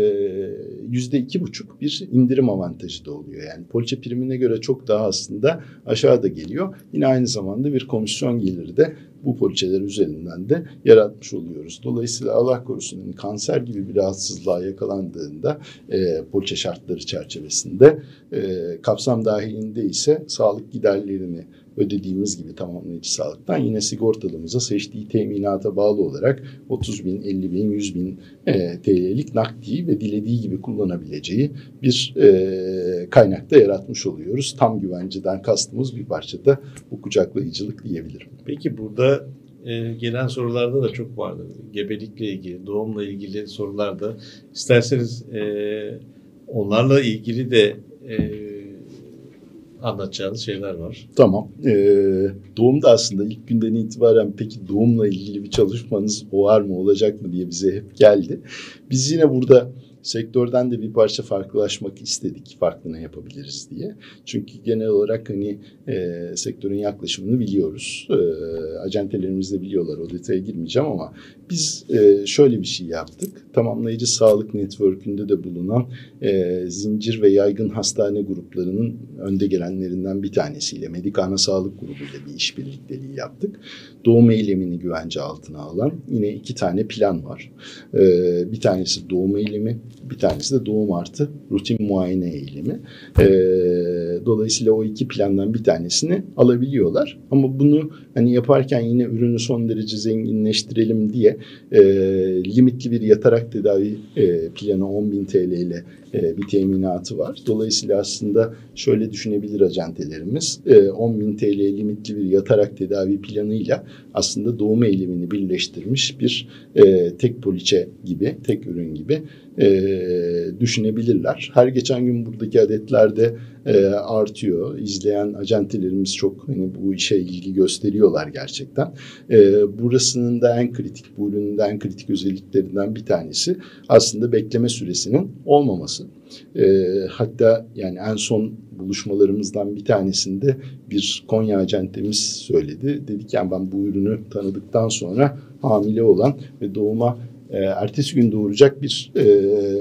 yüzde iki buçuk bir indirim avantajı da oluyor. Yani poliçe primine göre çok daha aslında aşağıda geliyor. Yine aynı zamanda bir komisyon geliri de bu poliçeler üzerinden de yaratmış oluyoruz. Dolayısıyla Allah korusun yani kanser gibi bir rahatsızlığa yakalandığında e, poliçe şartları çerçevesinde e, kapsam dahilinde ise sağlık giderlerini ödediğimiz gibi tamamlayıcı sağlıktan yine sigortalımıza seçtiği teminata bağlı olarak otuz bin, elli bin, yüz bin e, T L'lik nakdi ve dilediği gibi kullanabileceği bir e, kaynakta yaratmış oluyoruz. Tam güvenceden kastımız bir parça da bu kucaklayıcılık diyebilirim. Peki burada e, gelen sorularda da çok vardı. Gebelikle ilgili, doğumla ilgili sorularda. İsterseniz e, onlarla ilgili de e, anlatacağınız şeyler var. Tamam. Ee, doğumda aslında ilk günden itibaren peki doğumla ilgili bir çalışmanız var mı, olacak mı diye bize hep geldi. Biz yine burada sektörden de bir parça farklılaşmak istedik. Farklı ne yapabiliriz diye. Çünkü genel olarak hani e, sektörün yaklaşımını biliyoruz. E, acentelerimiz de biliyorlar. O detaya girmeyeceğim ama biz e, şöyle bir şey yaptık. Tamamlayıcı sağlık network'ünde de bulunan e, zincir ve yaygın hastane gruplarının önde gelenlerinden bir tanesiyle, Medikana Sağlık Grubu'yla bir işbirlikteliği yaptık. Doğum eylemini güvence altına alan yine iki tane plan var. E, bir tanesi doğum eylemi, bir tanesi de doğum artı rutin muayene eylemi. E, dolayısıyla o iki plandan bir tanesini alabiliyorlar. Ama bunu hani yaparken yine ürünü son derece zenginleştirelim diye e, limitli bir yatarak tedavi e, planı on bin T L ile e, bir teminatı var. Dolayısıyla aslında şöyle düşünebilir acentelerimiz, e, on bin T L limitli bir yatarak tedavi planıyla aslında doğum eylemini birleştirmiş bir e, tek poliçe gibi, tek ürün gibi e, düşünebilirler. Her geçen gün buradaki adetler de e, artıyor. İzleyen acentelerimiz çok hani bu işe ilgi gösteriyorlar gerçekten. E, burasının da en kritik, bu ürünün de en kritik özelliklerinden bir tanesi aslında bekleme süresinin olmaması. E, hatta yani en son buluşmalarımızdan bir tanesinde bir Konya acentemiz söyledi. Dedik yani ben bu ürünü tanıdıktan sonra hamile olan ve doğuma e, ertesi gün doğuracak bir e,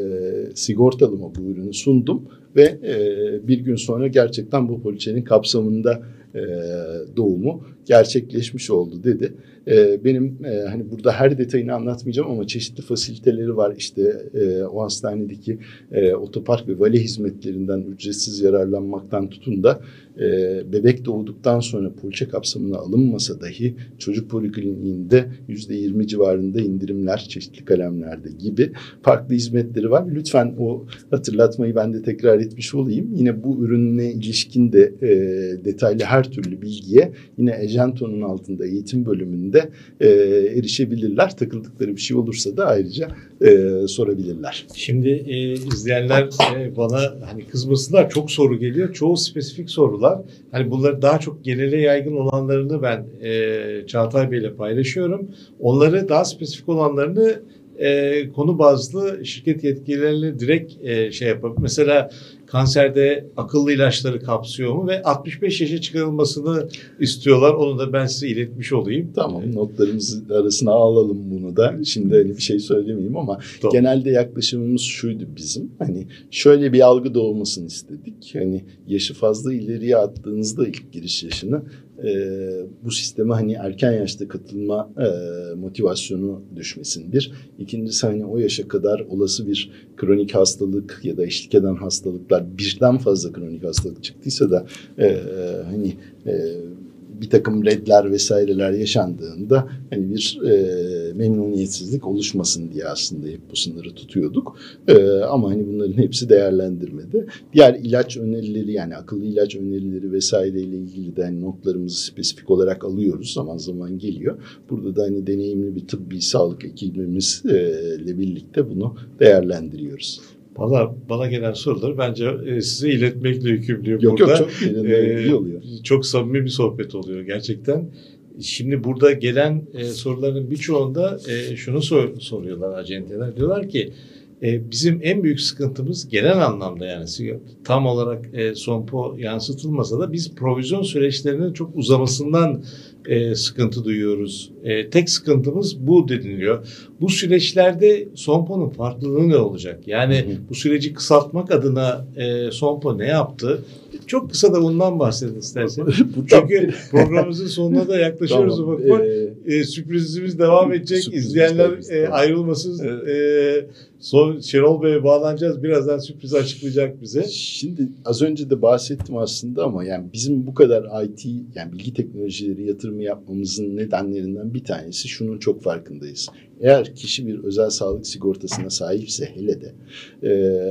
sigortalıma bu ürünü sundum ve e, bir gün sonra gerçekten bu poliçenin kapsamında e, doğumu gerçekleşmiş oldu dedi. E, benim e, hani burada her detayını anlatmayacağım ama çeşitli fasiliteleri var. İşte e, o hastanedeki e, otopark ve vale hizmetlerinden ücretsiz yararlanmaktan tutun da e, bebek doğduktan sonra poliçe kapsamına alınmasa dahi çocuk polikliniğinde yüzde yirmi civarında indirimler çeşitli kalemlerde gibi farklı hizmetleri var. Lütfen o hatırlatmayı ben de tekrar etmiş olayım. Yine bu ürünle ilişkin de e, detaylı her türlü bilgiye yine Ejento'nun altında eğitim bölümünde e, erişebilirler. Takıldıkları bir şey olursa da ayrıca e, sorabilirler. Şimdi e, izleyenler e, bana hani kızmasınlar, çok soru geliyor. Çoğu spesifik sorular. Hani bunları daha çok genele yaygın olanlarını ben e, Çağatay Bey ile paylaşıyorum. Onları daha spesifik olanlarını e, konu bazlı şirket yetkililerine direkt e, şey yapıp mesela kanserde akıllı ilaçları kapsıyor mu ve altmış beş yaşa çıkarılmasını istiyorlar. Onu da ben size iletmiş olayım. Tamam, notlarımız arasına alalım bunu da. Şimdi öyle bir şey söylemeyeyim ama tamam. Genelde yaklaşımımız şuydu bizim. Hani şöyle bir algı doğmasını istedik. Hani yaşı fazla ileriye attığınızda ilk giriş yaşını e, bu sisteme hani erken yaşta katılma e, motivasyonu düşmesin bir. İkincisi hani o yaşa kadar olası bir kronik hastalık ya da eşlik eden hastalıklar, birden fazla kronik hastalık çıktıysa da e, hani e, bir takım redler vesaireler yaşandığında hani bir e, memnuniyetsizlik oluşmasın diye aslında hep bu sınırı tutuyorduk. E, ama hani bunların hepsi değerlendirmedi. Diğer ilaç önerileri yani akıllı ilaç önerileri vesaireyle ilgili de hani notlarımızı spesifik olarak alıyoruz. Zaman zaman geliyor. Burada da hani deneyimli bir tıbbi sağlık ekibimizle birlikte bunu değerlendiriyoruz. Valla bana gelen soruları bence e, size iletmekle yükümlüyüm yok, burada. Yok çok ee, iyi oluyor. Çok samimi bir sohbet oluyor gerçekten. Şimdi burada gelen e, soruların birçoğunda e, şunu sor, soruyorlar acenteler. Diyorlar ki e, bizim en büyük sıkıntımız genel anlamda yani tam olarak e, SOMPO yansıtılmasa da biz provizyon süreçlerinin çok uzamasından e, sıkıntı duyuyoruz. E, tek sıkıntımız bu deniliyor. Bu süreçlerde SOMPO'nun farklılığı ne olacak? Yani hı hı. bu süreci kısaltmak adına e, SOMPO ne yaptı? Çok kısa da bundan bahsedin isterseniz. Çünkü programımızın sonuna da yaklaşıyoruz tamam. ufak ufak. Ee, e, sürprizimiz devam edecek. İzleyenler e, ayrılmasın. Evet. E, son Şenol Bey'e bağlanacağız. Birazdan sürpriz açıklayacak bize. Şimdi az önce de bahsettim aslında ama yani bizim bu kadar I T yani bilgi teknolojileri yatırımı yapmamızın nedenlerinden bir tanesi şunun çok farkındayız. Eğer kişi bir özel sağlık sigortasına sahipse hele de e,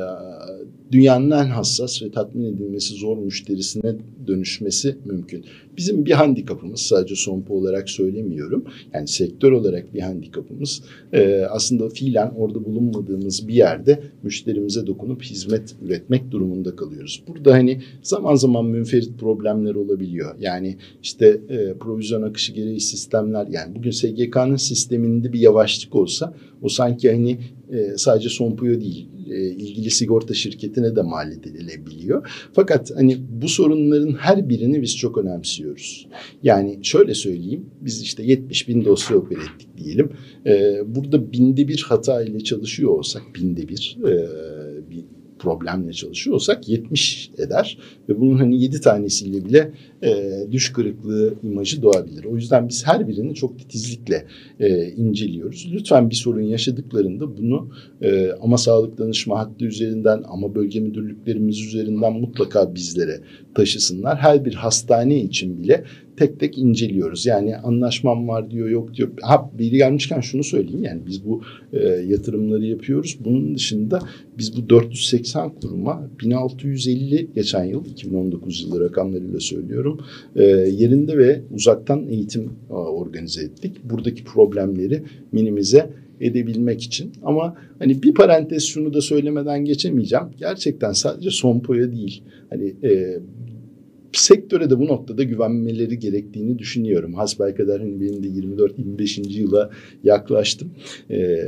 dünyanın en hassas ve tatmin edilmesi zor müşterisine dönüşmesi mümkün. Bizim bir handikapımız, sadece SOMPO olarak söylemiyorum, yani sektör olarak bir handikapımız e, aslında fiilen orada bulunmadığımız bir yerde müşterimize dokunup hizmet üretmek durumunda kalıyoruz. Burada hani zaman zaman münferit problemler olabiliyor. Yani işte e, provizyon oksijen akışı gereği sistemler, yani bugün S G K'nın sisteminde bir yavaşlık olsa o sanki hani e, sadece Sompo'ya değil e, ilgili sigorta şirketine de mal edilebiliyor. Fakat hani bu sorunların her birini biz çok önemsiyoruz. Yani şöyle söyleyeyim, biz işte yetmiş bin dosya oper ettik diyelim. E, burada binde bir hata ile çalışıyor olsak, binde bir e, bir problemle çalışıyor olsak yetmiş eder ve bunun hani yedi tanesiyle bile e, düş kırıklığı imajı doğabilir. O yüzden biz her birini çok titizlikle e, inceliyoruz. Lütfen bir sorun yaşadıklarında bunu e, ama sağlık danışma hattı üzerinden, ama bölge müdürlüklerimiz üzerinden mutlaka bizlere taşısınlar. Her bir hastane için bile tek tek inceliyoruz. Yani anlaşmam var diyor, yok diyor. Ha, biri gelmişken şunu söyleyeyim, yani biz bu e, yatırımları yapıyoruz. Bunun dışında biz bu dört yüz seksen kuruma bin altı yüz elli geçen yıl, iki bin on dokuz yılı rakamlarıyla söylüyorum, e, yerinde ve uzaktan eğitim e, organize ettik. Buradaki problemleri minimize edebilmek için. Ama hani bir parantez şunu da söylemeden geçemeyeceğim. Gerçekten sadece Sompo'ya değil, hani e, sektöre de bu noktada güvenmeleri gerektiğini düşünüyorum. Hasbelkader hani benim de yirmi dört yirmi beşinci yıla yaklaştım. Ee,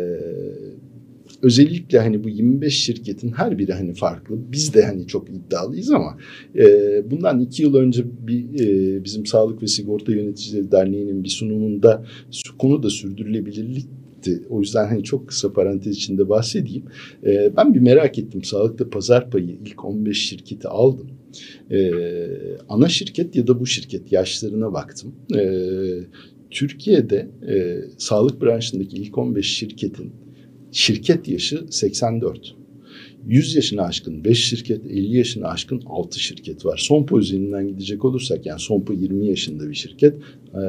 özellikle hani bu yirmi beş şirketin her biri hani farklı. Biz de hani çok iddialıyız ama e, bundan iki yıl önce bir e, bizim Sağlık ve Sigorta Yöneticileri Derneği'nin bir sunumunda konu da sürdürülebilirlik. O yüzden hani çok kısa parantez içinde bahsedeyim. Ee, ben bir merak ettim. Sağlıkta pazar payı ilk on beş şirketi aldım. Ee, ana şirket ya da bu şirket yaşlarına baktım. Ee, Türkiye'de e, sağlık branşındaki ilk on beş şirketin şirket yaşı seksen dört. yüz yaşını aşkın beş şirket, elli yaşını aşkın altı şirket var. Sompo üzerinden gidecek olursak, yani Sompo yirmi yaşında bir şirket. E,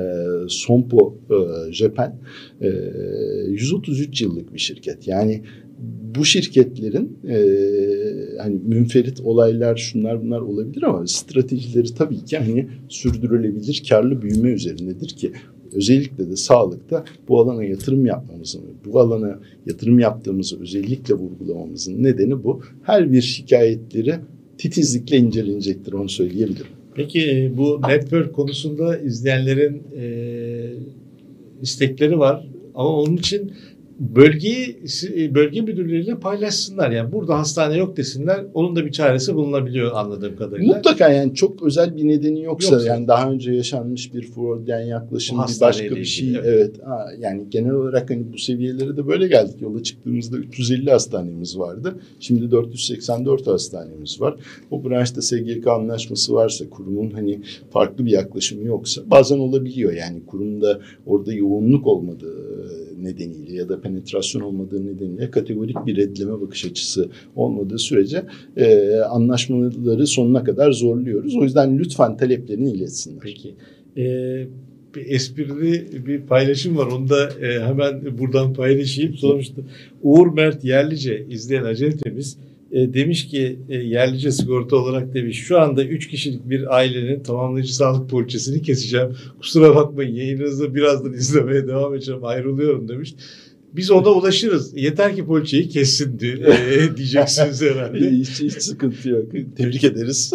Sompo e, Japan e, yüz otuz üç yıllık bir şirket. Yani bu şirketlerin e, hani münferit olaylar, şunlar bunlar olabilir ama stratejileri tabii ki hani sürdürülebilir, karlı büyüme üzerindedir ki özellikle de sağlıkta bu alana yatırım yapmamızın, bu alana yatırım yaptığımızı özellikle vurgulamamızın nedeni bu. Her bir şikayetleri titizlikle incelenecektir, onu söyleyebilirim. Peki bu network konusunda izleyenlerin e, istekleri var ama onun için bölgeyi bölge müdürleriyle paylaşsınlar. Yani burada hastane yok desinler. Onun da bir çaresi bulunabiliyor anladığım kadarıyla. Mutlaka, yani çok özel bir nedeni yoksa, yoksa yani daha önce yaşanmış bir Freud'den yaklaşım, bir başka bir şey. Ilgili, evet. evet. Ha, yani genel olarak hani bu seviyelere de böyle geldik. Yola çıktığımızda üç yüz elli hastanemiz vardı. Şimdi dört yüz seksen dört hastanemiz var. O branşta S G K anlaşması varsa, kurumun hani farklı bir yaklaşımı yoksa bazen olabiliyor. Yani kurumda orada yoğunluk olmadığı nedeniyle ya da penetrasyon olmadığı nedeniyle kategorik bir redleme bakış açısı olmadığı sürece e, anlaşmaları sonuna kadar zorluyoruz. O yüzden lütfen taleplerini iletsinler. Peki. Ee, bir esprili bir paylaşım var. Onu da e, hemen buradan paylaşayım. Sonuçta Uğur Mert Yerlice izleyen acentemiz e, demiş ki e, Yerlice Sigorta olarak demiş, şu anda üç kişilik bir ailenin tamamlayıcı sağlık poliçesini keseceğim. Kusura bakmayın, yayınınızı birazdan izlemeye devam edeceğim. Ayrılıyorum demiş. Biz ona ulaşırız. Yeter ki poliçeyi kessin diye, e, diyeceksiniz herhalde. hiç, hiç sıkıntı yok. Tebrik ederiz.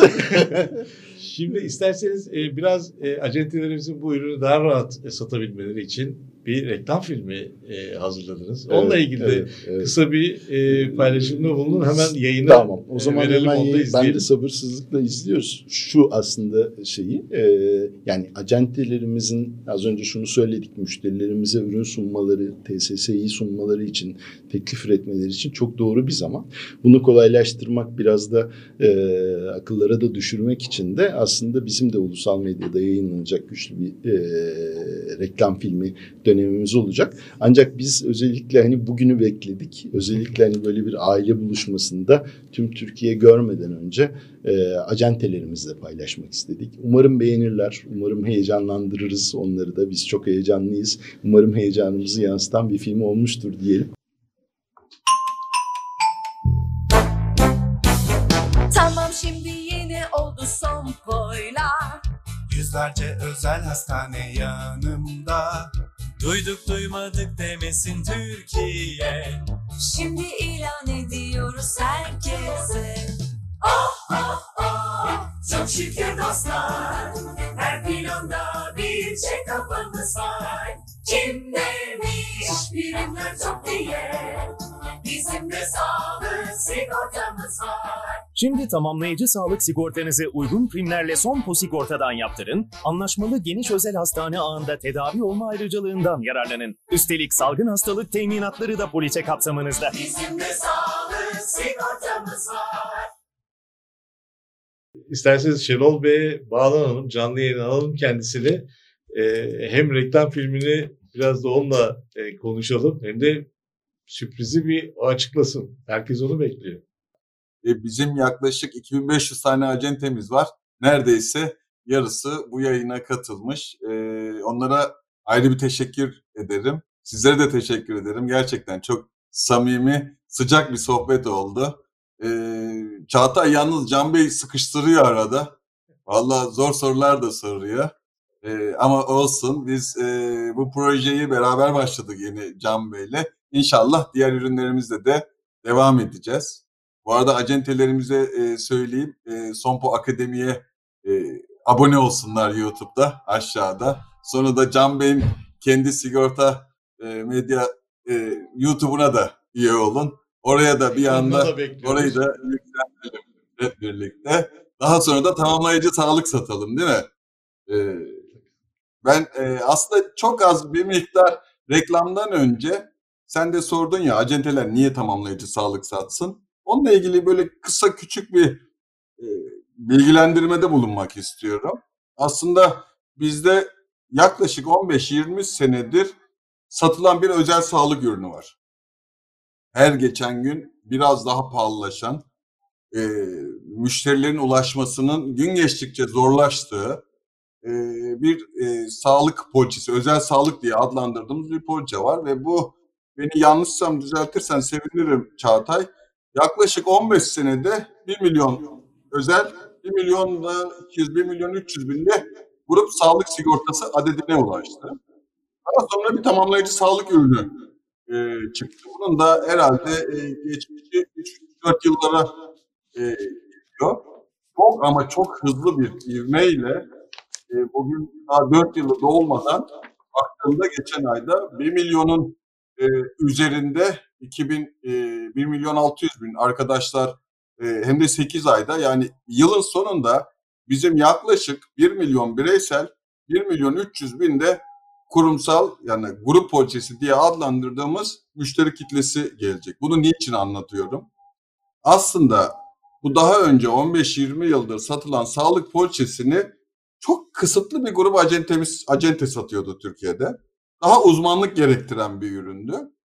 Şimdi isterseniz e, biraz e, acentelerimizin bu ürünü daha rahat e, satabilmeleri için bir reklam filmi e, hazırladınız. Evet, onunla ilgili evet, de evet. kısa bir e, paylaşımda bulunun. Hemen yayını tamam. O zaman e, verelim, hemen onu da izleyelim. Ben de sabırsızlıkla izliyoruz. Şu aslında şeyi e, yani acentelerimizin az önce şunu söyledik, müşterilerimize ürün sunmaları, T S S'yi sunmaları için, teklif üretmeleri için çok doğru bir zaman. Bunu kolaylaştırmak, biraz da e, akıllara da düşürmek için de aslında bizim de ulusal medyada yayınlanacak güçlü bir e, reklam filmi dönemimiz olacak. Ancak biz özellikle hani bugünü bekledik. Özellikle hani böyle bir aile buluşmasında tüm Türkiye görmeden önce e, acentelerimizle paylaşmak istedik. Umarım beğenirler. Umarım heyecanlandırırız onları da. Biz çok heyecanlıyız. Umarım heyecanımızı yansıtan bir film olmuştur diyelim. Tamam, şimdi yeni oldu Sompo'yla. Yüzlerce özel hastane yanımda. Duyduk duymadık demesin Türkiye. Şimdi ilan ediyoruz herkese. Oh oh oh, çok şükür dostlar. Her planda bir Poliçe kafamız var. Kim demiş birimler çok diye. Bizim de sağlık sigortamız var. Şimdi tamamlayıcı sağlık sigortanızı uygun primlerle Sompo Sigorta'dan yaptırın, anlaşmalı geniş özel hastane ağında tedavi olma ayrıcalığından yararlanın. Üstelik salgın hastalık teminatları da poliçe kapsamınızda. Bizim de sağlık sigortamız var. İsterseniz Şenol Bey'e bağlanalım, canlı yayın alalım kendisini. Ee, hem reklam filmini biraz da onunla e, konuşalım, hem de sürprizi bir o açıklasın. Herkes onu bekliyor. E, bizim yaklaşık iki bin beş yüz tane acentemiz var. Neredeyse yarısı bu yayına katılmış. E, onlara ayrı bir teşekkür ederim. Sizlere de teşekkür ederim. Gerçekten çok samimi, sıcak bir sohbet oldu. E, Çağatay yalnız Can Bey sıkıştırıyor arada. Vallahi zor sorular da soruyor. E, ama olsun, biz e, bu projeyi beraber başladık yeni Can Bey'le. İnşallah diğer ürünlerimizle de devam edeceğiz. Bu arada acentelerimize e, söyleyeyim, e, Sompo Akademi'ye e, abone olsunlar YouTube'da, aşağıda. Sonra da Can Bey'in kendi sigorta e, medya e, YouTube'una da üye olun. Oraya da bir anda, da orayı da yükseltelim hep birlikte. Daha sonra da tamamlayıcı sağlık satalım, değil mi? E, ben e, aslında çok az bir miktar reklamdan önce, sen de sordun ya acenteler niye tamamlayıcı sağlık satsın? Onunla ilgili böyle kısa küçük bir e, bilgilendirmede bulunmak istiyorum. Aslında bizde yaklaşık on beş yirmi senedir satılan bir özel sağlık ürünü var. Her geçen gün biraz daha pahalılaşan, e, müşterilerin ulaşmasının gün geçtikçe zorlaştığı e, bir e, sağlık poliçesi, özel sağlık diye adlandırdığımız bir poliçe var ve bu, beni yanlışsam düzeltirsen sevinirim Çağatay, yaklaşık on beş senede bir milyon özel, bir milyon iki yüz, bir milyon üç yüz binli grup sağlık sigortası adedine ulaştı. Daha sonra bir tamamlayıcı sağlık ürünü e, çıktı. Bunun da herhalde e, geçmişi üç dört yıllara e, gidiyor. Çok ama çok hızlı bir ivmeyle e, bugün daha dört yılı dolmadan baktığımda geçen ayda bir milyonun e, üzerinde iki bin, e, bir milyon altı yüz bin arkadaşlar e, hem de sekiz ayda, yani yılın sonunda bizim yaklaşık bir milyon bireysel, bir milyon üç yüz bin de kurumsal, yani grup poliçesi diye adlandırdığımız müşteri kitlesi gelecek. Bunu niçin anlatıyorum? Aslında bu daha önce on beş yirmi yıldır satılan sağlık poliçesini çok kısıtlı bir grup acentemiz, acente satıyordu Türkiye'de. Daha uzmanlık gerektiren bir üründü.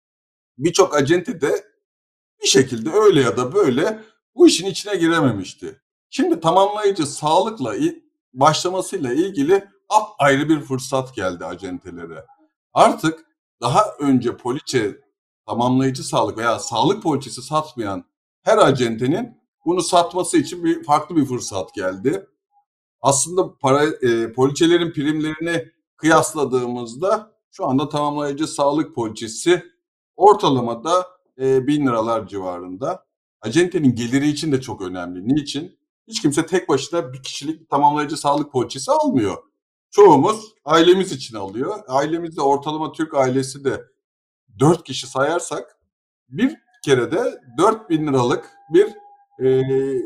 Birçok acente de bir şekilde öyle ya da böyle bu işin içine girememişti. Şimdi tamamlayıcı sağlıkla başlamasıyla ilgili ayrı bir fırsat geldi acentelere. Artık daha önce poliçe, tamamlayıcı sağlık veya sağlık poliçesi satmayan her acentenin bunu satması için bir farklı bir fırsat geldi. Aslında para, e, poliçelerin primlerini kıyasladığımızda şu anda tamamlayıcı sağlık poliçesi ortalamada e, bin liralar civarında. Acentenin geliri için de çok önemli. Niçin? Hiç kimse tek başına bir kişilik tamamlayıcı sağlık poliçesi almıyor. Çoğumuz ailemiz için alıyor. Ailemizde ortalama Türk ailesi de dört kişi sayarsak bir kere de dört bin liralık bir e,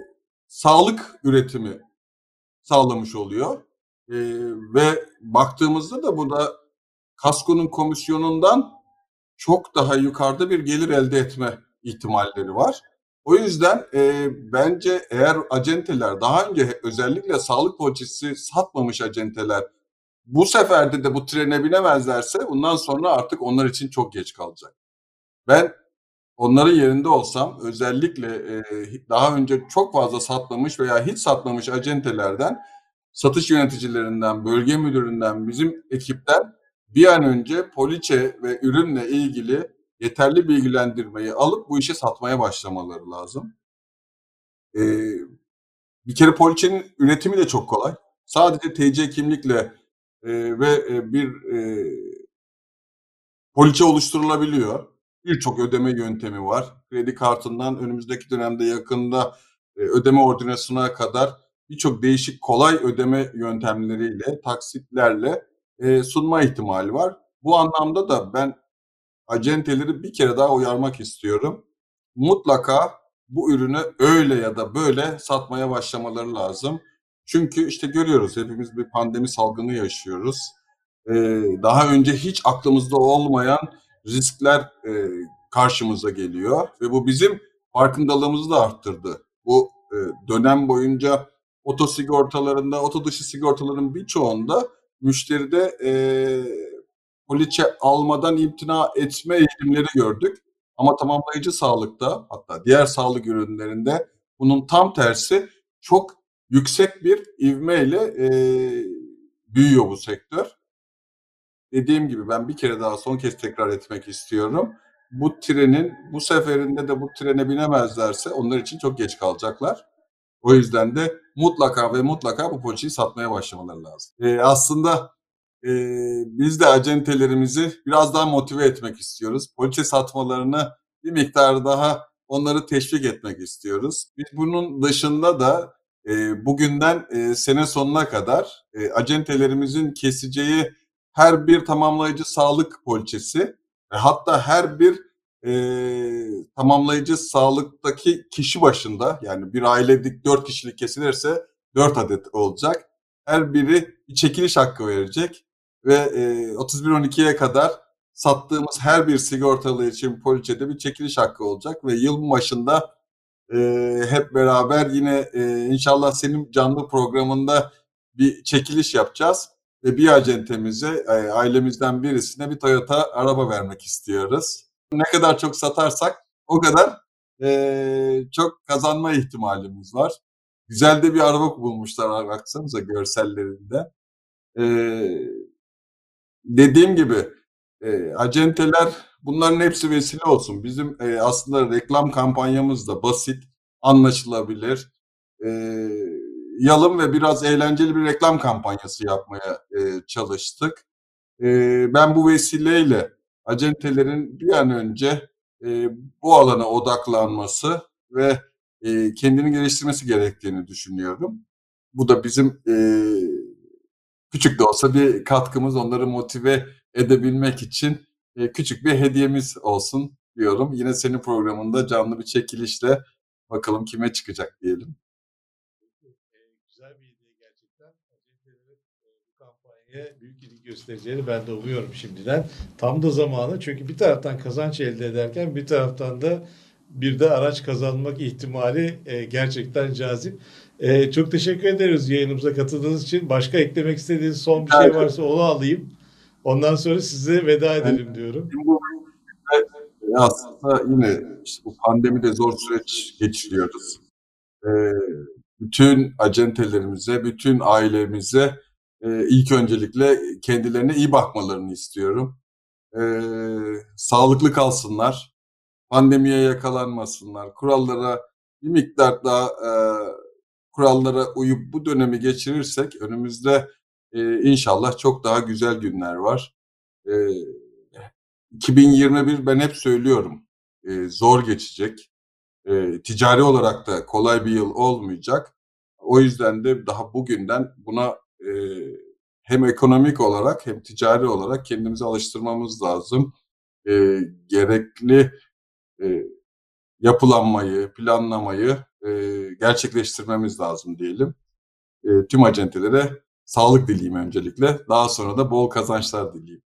sağlık üretimi sağlamış oluyor. E, ve baktığımızda da bu da kaskonun komisyonundan çok daha yukarıda bir gelir elde etme ihtimalleri var. O yüzden e, bence eğer acenteler daha önce özellikle sağlık poliçesi satmamış acenteler bu seferde de bu trene binemezlerse bundan sonra artık onlar için çok geç kalacak. Ben onların yerinde olsam özellikle e, daha önce çok fazla satmamış veya hiç satmamış acentelerden, satış yöneticilerinden, bölge müdüründen, bizim ekipten bir an önce poliçe ve ürünle ilgili yeterli bilgilendirmeyi alıp bu işe satmaya başlamaları lazım. Ee, bir kere poliçenin üretimi de çok kolay. Sadece T C kimlikle e, ve e, bir e, poliçe oluşturulabiliyor. Birçok ödeme yöntemi var. Kredi kartından önümüzdeki dönemde yakında e, ödeme ordinasyonuna kadar birçok değişik kolay ödeme yöntemleriyle, taksitlerle e, sunma ihtimali var. Bu anlamda da ben acenteleri bir kere daha uyarmak istiyorum. Mutlaka bu ürünü öyle ya da böyle satmaya başlamaları lazım. Çünkü işte görüyoruz, hepimiz bir pandemi salgını yaşıyoruz. Ee, daha önce hiç aklımızda olmayan riskler e, karşımıza geliyor ve bu bizim farkındalığımızı da arttırdı. Bu e, dönem boyunca oto sigortalarında, oto dışı sigortaların birçoğunda müşteride e, poliçe almadan imtina etme eğilimleri gördük. Ama tamamlayıcı sağlıkta, hatta diğer sağlık ürünlerinde bunun tam tersi, çok yüksek bir ivmeyle e, büyüyor bu sektör. Dediğim gibi ben bir kere daha son kez tekrar etmek istiyorum. Bu trenin bu seferinde de bu trene binemezlerse onlar için çok geç kalacaklar. O yüzden de mutlaka ve mutlaka bu poliçeyi satmaya başlamaları lazım. E, aslında e, biz de acentelerimizi biraz daha motive etmek istiyoruz. Poliçe satmalarını bir miktar daha onları teşvik etmek istiyoruz. Biz bunun dışında da e, bugünden e, sene sonuna kadar e, acentelerimizin keseceği her bir tamamlayıcı sağlık poliçesi ve hatta her bir e, tamamlayıcı sağlıktaki kişi başında, yani bir ailedik dört kişilik kesilirse dört adet olacak. Her biri bir çekiliş hakkı verecek ve e, otuz bir on ikiye kadar sattığımız her bir sigortalı için poliçede bir çekiliş hakkı olacak ve yıl başında e, hep beraber yine e, inşallah senin canlı programında bir çekiliş yapacağız ve bir acentemize, e, ailemizden birisine bir Toyota araba vermek istiyoruz. Ne kadar çok satarsak o kadar e, çok kazanma ihtimalimiz var. Güzel de bir araba bulmuşlar, baksanıza görsellerinde. E, dediğim gibi e, acenteler, bunların hepsi vesile olsun. Bizim e, aslında reklam kampanyamız da basit, anlaşılabilir, e, yalın ve biraz eğlenceli bir reklam kampanyası yapmaya e, çalıştık. E, ben bu vesileyle acentelerin bir an önce e, bu alana odaklanması ve e, kendini geliştirmesi gerektiğini düşünüyorum. Bu da bizim e, küçük de olsa bir katkımız, onları motive edebilmek için e, küçük bir hediyemiz olsun diyorum. Yine senin programında canlı bir çekilişle bakalım kime çıkacak diyelim. Güzel bir hediye gerçekten. Acentelerin bu kampanyaya büyük ilgi göstereceğini ben de umuyorum şimdiden. Tam da zamanı, çünkü bir taraftan kazanç elde ederken bir taraftan da bir de araç kazanmak ihtimali gerçekten cazip. Ee, çok teşekkür ederiz yayınımıza katıldığınız için. Başka eklemek istediğiniz son bir şey varsa onu alayım. Ondan sonra size veda edelim yani, diyorum. Bu aslında yine işte bu pandemide zor süreç geçiriyoruz. Ee, bütün acentelerimize, bütün ailemize e, ilk öncelikle kendilerine iyi bakmalarını istiyorum. Ee, sağlıklı kalsınlar, pandemiye yakalanmasınlar, kurallara bir miktar daha e, kurallara uyup bu dönemi geçirirsek önümüzde e, inşallah çok daha güzel günler var. E, iki bin yirmi bir ben hep söylüyorum, e, zor geçecek. E, ticari olarak da kolay bir yıl olmayacak. O yüzden de daha bugünden buna e, hem ekonomik olarak hem ticari olarak kendimizi alıştırmamız lazım. E, gerekli e, yapılanmayı, planlamayı e, gerçekleştirmemiz lazım diyelim. E, tüm acentelere sağlık dileyim öncelikle. Daha sonra da bol kazançlar dileyim.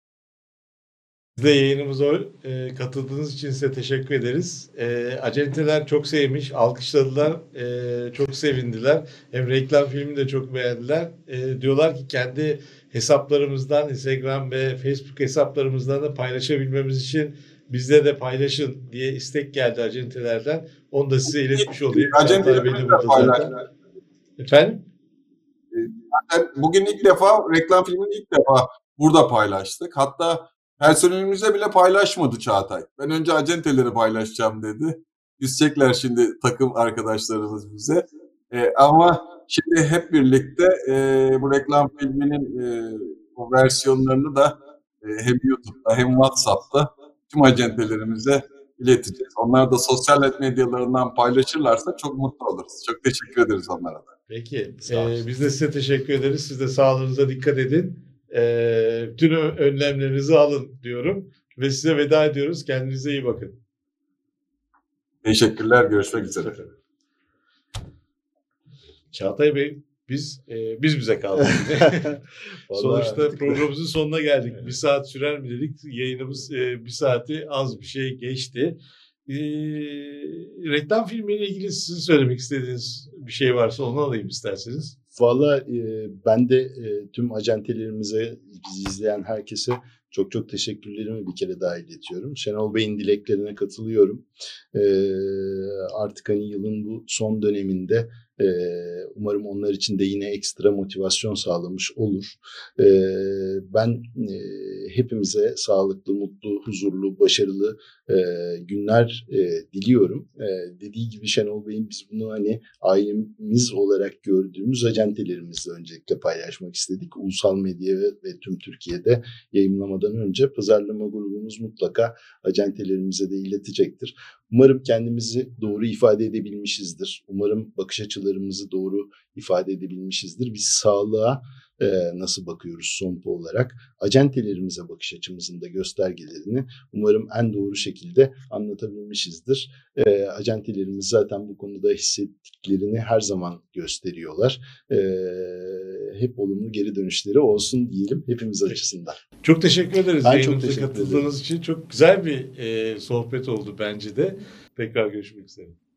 Siz de yayınımıza e, katıldığınız için size teşekkür ederiz. E, acenteler çok sevmiş, alkışladılar, e, çok sevindiler. Hem reklam filmi de çok beğendiler. E, diyorlar ki kendi hesaplarımızdan, Instagram ve Facebook hesaplarımızdan da paylaşabilmemiz için bizle de paylaşın diye istek geldi acentelerden. Onu da size iletmiş olayım. Acentelerimiz de paylaştılar. Efendim? Zaten bugün ilk defa reklam filmini ilk defa burada paylaştık. Hatta personelimize bile paylaşmadı Çağatay. Ben önce acenteleri paylaşacağım dedi. Küsecekler şimdi takım arkadaşlarımız bize. E, ama şimdi hep birlikte e, bu reklam filminin e, o versiyonlarını da e, hem YouTube'da hem WhatsApp'ta tüm acentelerimize ileteceğiz. Onlar da sosyal medyalarından paylaşırlarsa çok mutlu oluruz. Çok teşekkür ederiz onlara da. Peki. Ee, biz de size teşekkür ederiz. Siz de sağlığınıza dikkat edin. Ee, bütün ö- önlemlerinizi alın diyorum ve size veda ediyoruz. Kendinize iyi bakın. Teşekkürler. Görüşmek üzere. Çağatay Bey, biz e, biz bize kaldık. Vallahi Sonuçta artık- programımızın sonuna geldik. Bir saat sürer mi dedik. Yayınımız e, bir saati az bir şey geçti. E, reklam filmiyle ilgili sizin söylemek istediğiniz bir şey varsa onu alayım isterseniz. Valla e, ben de e, tüm acentelerimize, bizi izleyen herkese çok çok teşekkürlerimi bir kere daha iletiyorum. Şenol Bey'in dileklerine katılıyorum. E, artık hani yılın bu son döneminde e, umarım onlar için de yine ekstra motivasyon sağlamış olur. E, ben e, hepimize sağlıklı, mutlu, huzurlu, başarılı e, günler e, diliyorum. E, dediği gibi Şenol Bey'in biz bunu hani ailemiz olarak gördüğümüz acentelerimizle öncelikle paylaşmak istedik. Ulusal medya ve, ve tüm Türkiye'de yayımlamadan önce pazarlama grubumuz mutlaka acentelerimize de iletecektir. Umarım kendimizi doğru ifade edebilmişizdir. Umarım bakış açılarımızı doğru ifade edebilmişizdir. Biz sağlığa e, nasıl bakıyoruz sompo olarak? Acentelerimize bakış açımızın da göstergelerini umarım en doğru şekilde anlatabilmişizdir. E, acentelerimiz zaten bu konuda hissettiklerini her zaman gösteriyorlar. E, hep olumlu geri dönüşleri olsun diyelim hepimiz açısından. Çok teşekkür ederiz Ben çok yayınımıza teşekkür katıldığınız için. Çok güzel bir e, sohbet oldu bence de. Tekrar görüşmek üzere.